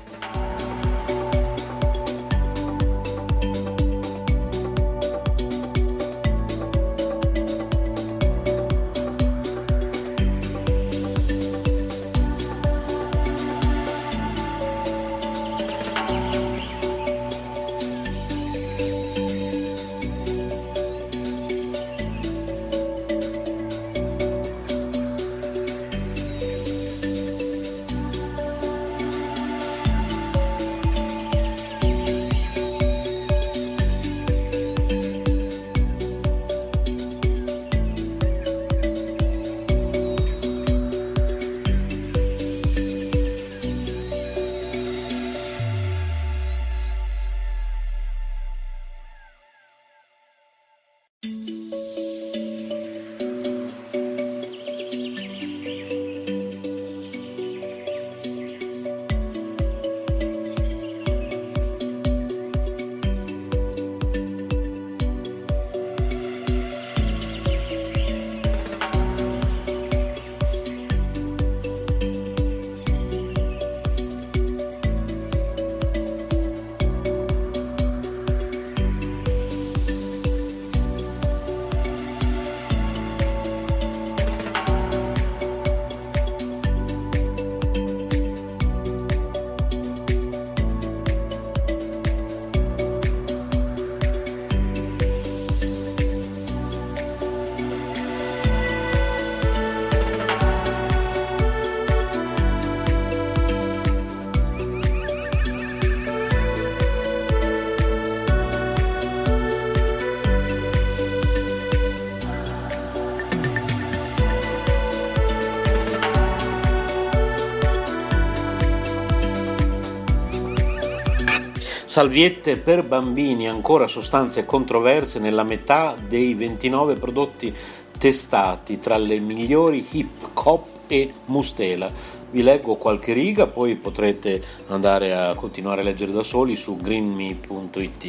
S3: Salviette per bambini, ancora sostanze controverse nella metà dei 29 prodotti testati, tra le migliori Hip, Cop e Mustela. Vi leggo qualche riga, poi potrete andare a continuare a leggere da soli su greenme.it,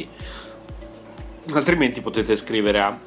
S3: altrimenti potete scrivere a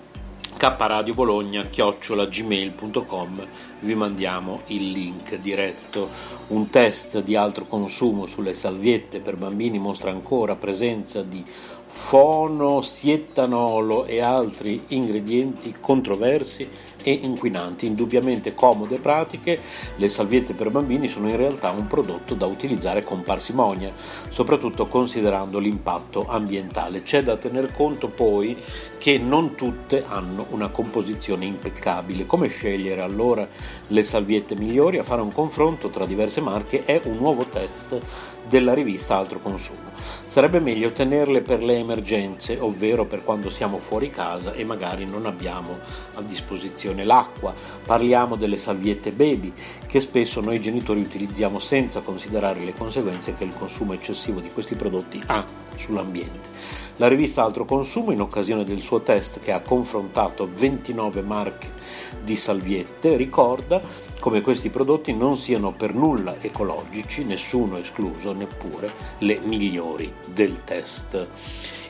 S3: kradiobologna@gmail.com, vi mandiamo il link diretto. Un test di altro consumo sulle salviette per bambini mostra ancora presenza di fonosietanolo e altri ingredienti controversi e inquinanti. Indubbiamente comode e pratiche, le salviette per bambini sono in realtà un prodotto da utilizzare con parsimonia, soprattutto considerando l'impatto ambientale. C'è da tener conto poi che non tutte hanno una composizione impeccabile. Come scegliere allora le salviette migliori? A fare un confronto tra diverse marche è un nuovo test della rivista Altro Consumo. Sarebbe meglio tenerle per le emergenze, ovvero per quando siamo fuori casa e magari non abbiamo a disposizione l'acqua. Parliamo delle salviette baby, che spesso noi genitori utilizziamo senza considerare le conseguenze che il consumo eccessivo di questi prodotti ha sull'ambiente. La rivista Altro Consumo, in occasione del suo test che ha confrontato 29 marche di salviette, ricorda come questi prodotti non siano per nulla ecologici, nessuno escluso, neppure le migliori del test.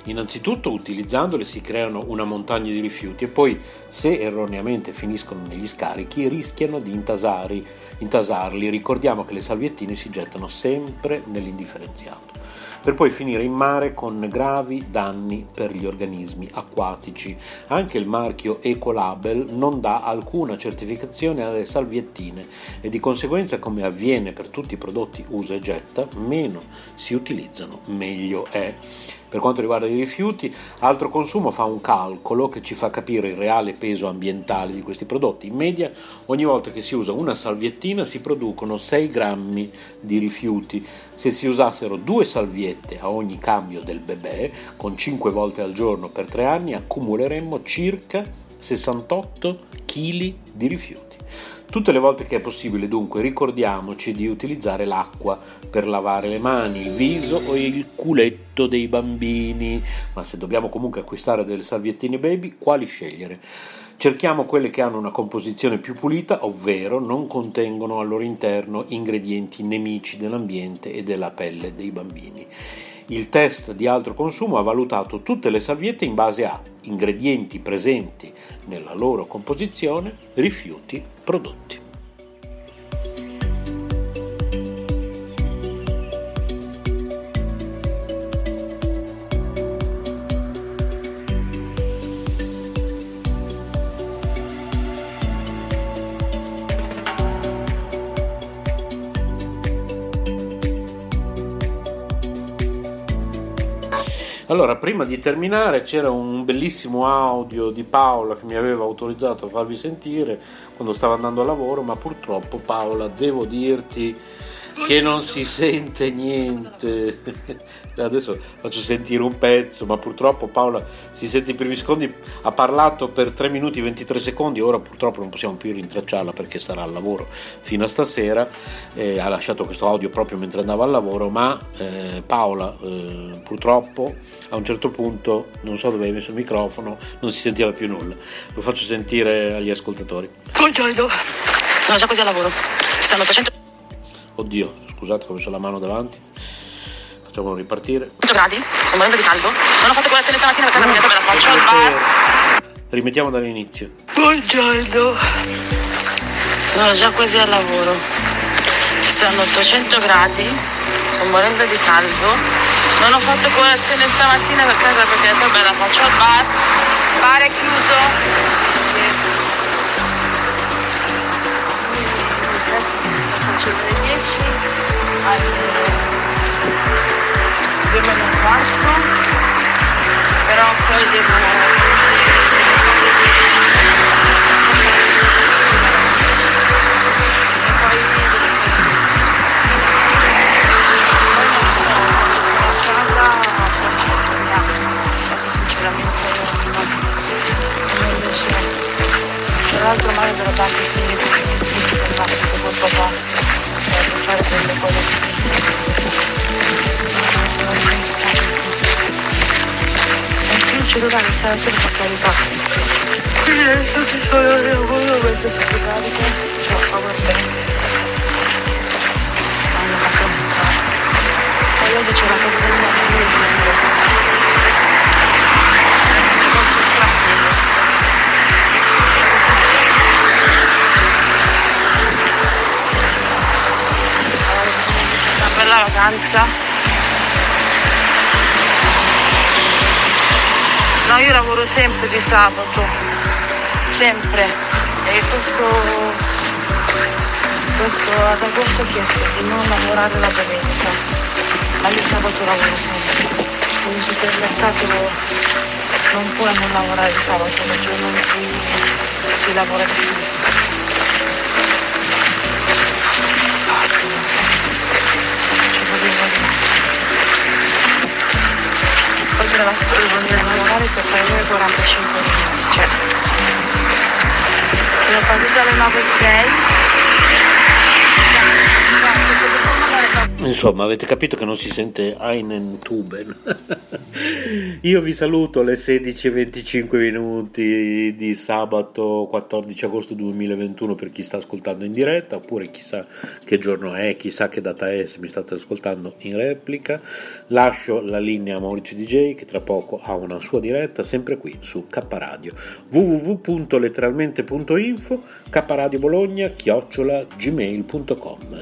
S3: Innanzitutto, utilizzandole si creano una montagna di rifiuti e poi, se erroneamente finiscono negli scarichi, rischiano di intasarli. Ricordiamo che le salviettine si gettano sempre nell'indifferenziato, per poi finire in mare con gravi danni per gli organismi acquatici. Anche il marchio Ecolabel non dà alcuna certificazione alle salviettine e di conseguenza, come avviene per tutti i prodotti usa e getta, meno si utilizzano meglio è. Per quanto riguarda i rifiuti, Altro Consumo fa un calcolo che ci fa capire il reale peso ambientale di questi prodotti. In media, ogni volta che si usa una salviettina si producono 6 grammi di rifiuti. Se si usassero 2 salviette a ogni cambio del bebè, con 5 volte al giorno per 3 anni, accumuleremmo circa 68 kg di rifiuti. Tutte le volte che è possibile, dunque, ricordiamoci di utilizzare l'acqua per lavare le mani, il viso o il culetto dei bambini. Ma se dobbiamo comunque acquistare delle salviettine baby, quali scegliere? Cerchiamo quelle che hanno una composizione più pulita, ovvero non contengono al loro interno ingredienti nemici dell'ambiente e della pelle dei bambini. Il test di Altro Consumo ha valutato tutte le salviette in base a ingredienti presenti nella loro composizione, rifiuti, prodotti. Allora, prima di terminare c'era un bellissimo audio di Paola che mi aveva autorizzato a farvi sentire quando stavo andando a lavoro, ma purtroppo, Paola, devo dirti che non si sente niente. Adesso faccio sentire un pezzo, ma purtroppo Paola si sente i primi secondi. Ha parlato per 3 minuti e 23 secondi, ora purtroppo non possiamo più rintracciarla perché sarà al lavoro fino a stasera. Ha lasciato questo audio proprio mentre andava al lavoro, ma Paola purtroppo a un certo punto, non so dove hai messo il microfono, non si sentiva più nulla. Lo faccio sentire agli ascoltatori.
S8: Buongiorno, sono già quasi al lavoro. Ci sono 800
S3: Oddio, scusate che ho messo la mano davanti. Facciamolo ripartire.
S8: gradi, sono morendo di caldo. Non ho fatto colazione stamattina perché me la faccio al bar.
S3: Rimettiamo dall'inizio.
S8: Buongiorno, sono già quasi al lavoro. Ci sono 800 gradi, sono morendo di caldo. Non ho fatto colazione stamattina per casa perché me la faccio al bar. Bar è chiuso. Alle 2:15, però poi devo tra l'altro male della parte che questo qua per fare delle cose cellulare sta sempre a carica, quindi adesso ci sono al lavoro mentre si carica, ce la fa guardare, hanno fatto un po', poi oggi c'è la cosa del lavoro, una bella vacanza. No, io lavoro sempre di sabato, sempre, e questo ad agosto ho chiesto di non lavorare la domenica, ma io sabato lavoro sempre, quindi il supermercato non può non lavorare di sabato, è il giorno in cui si lavora di più. Devo venire a lavorare per fare 45 minuti, cioè sono partita alle 9:06,
S3: Insomma, avete capito che non si sente einen Tuben. Io vi saluto alle 16:25 di sabato 14 agosto 2021 per chi sta ascoltando in diretta, oppure chissà che giorno è, chissà che data è se mi state ascoltando in replica. Lascio la linea a Maurizio DJ che tra poco ha una sua diretta sempre qui su K Radio, www.letteralmente.info, kradiobologna@gmail.com.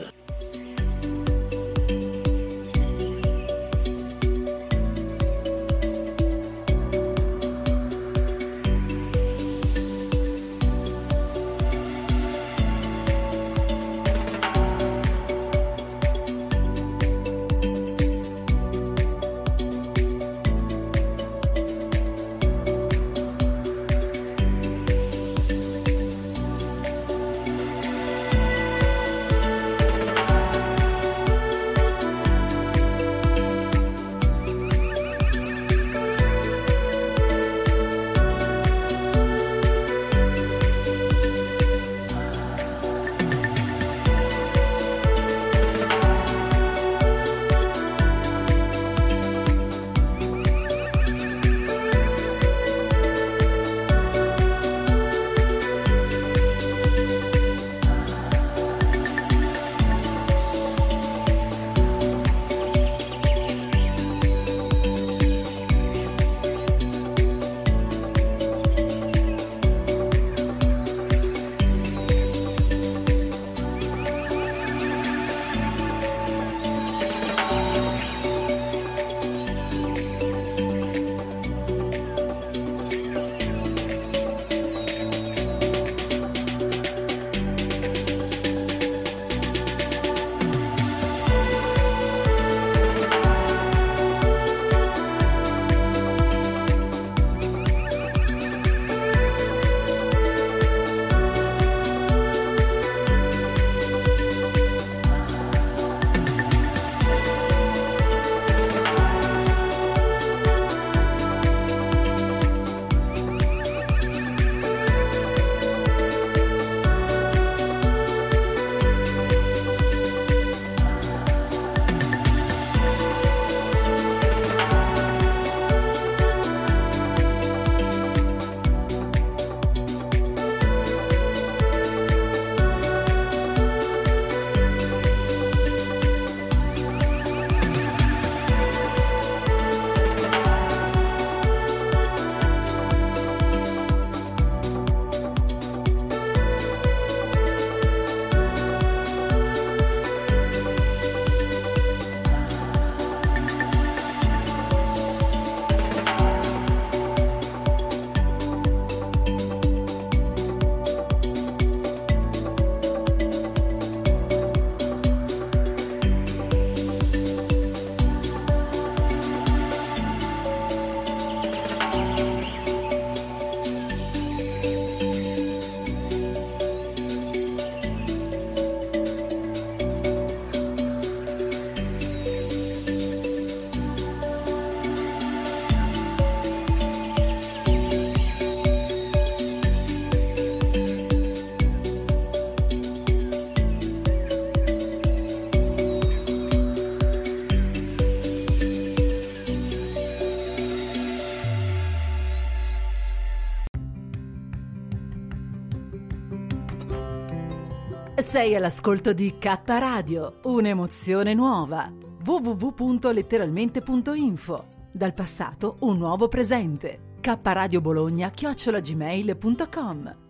S2: Sei all'ascolto di K Radio, un'emozione nuova. www.letteralmente.info. Dal passato un nuovo presente. kradiobologna@gmail.com.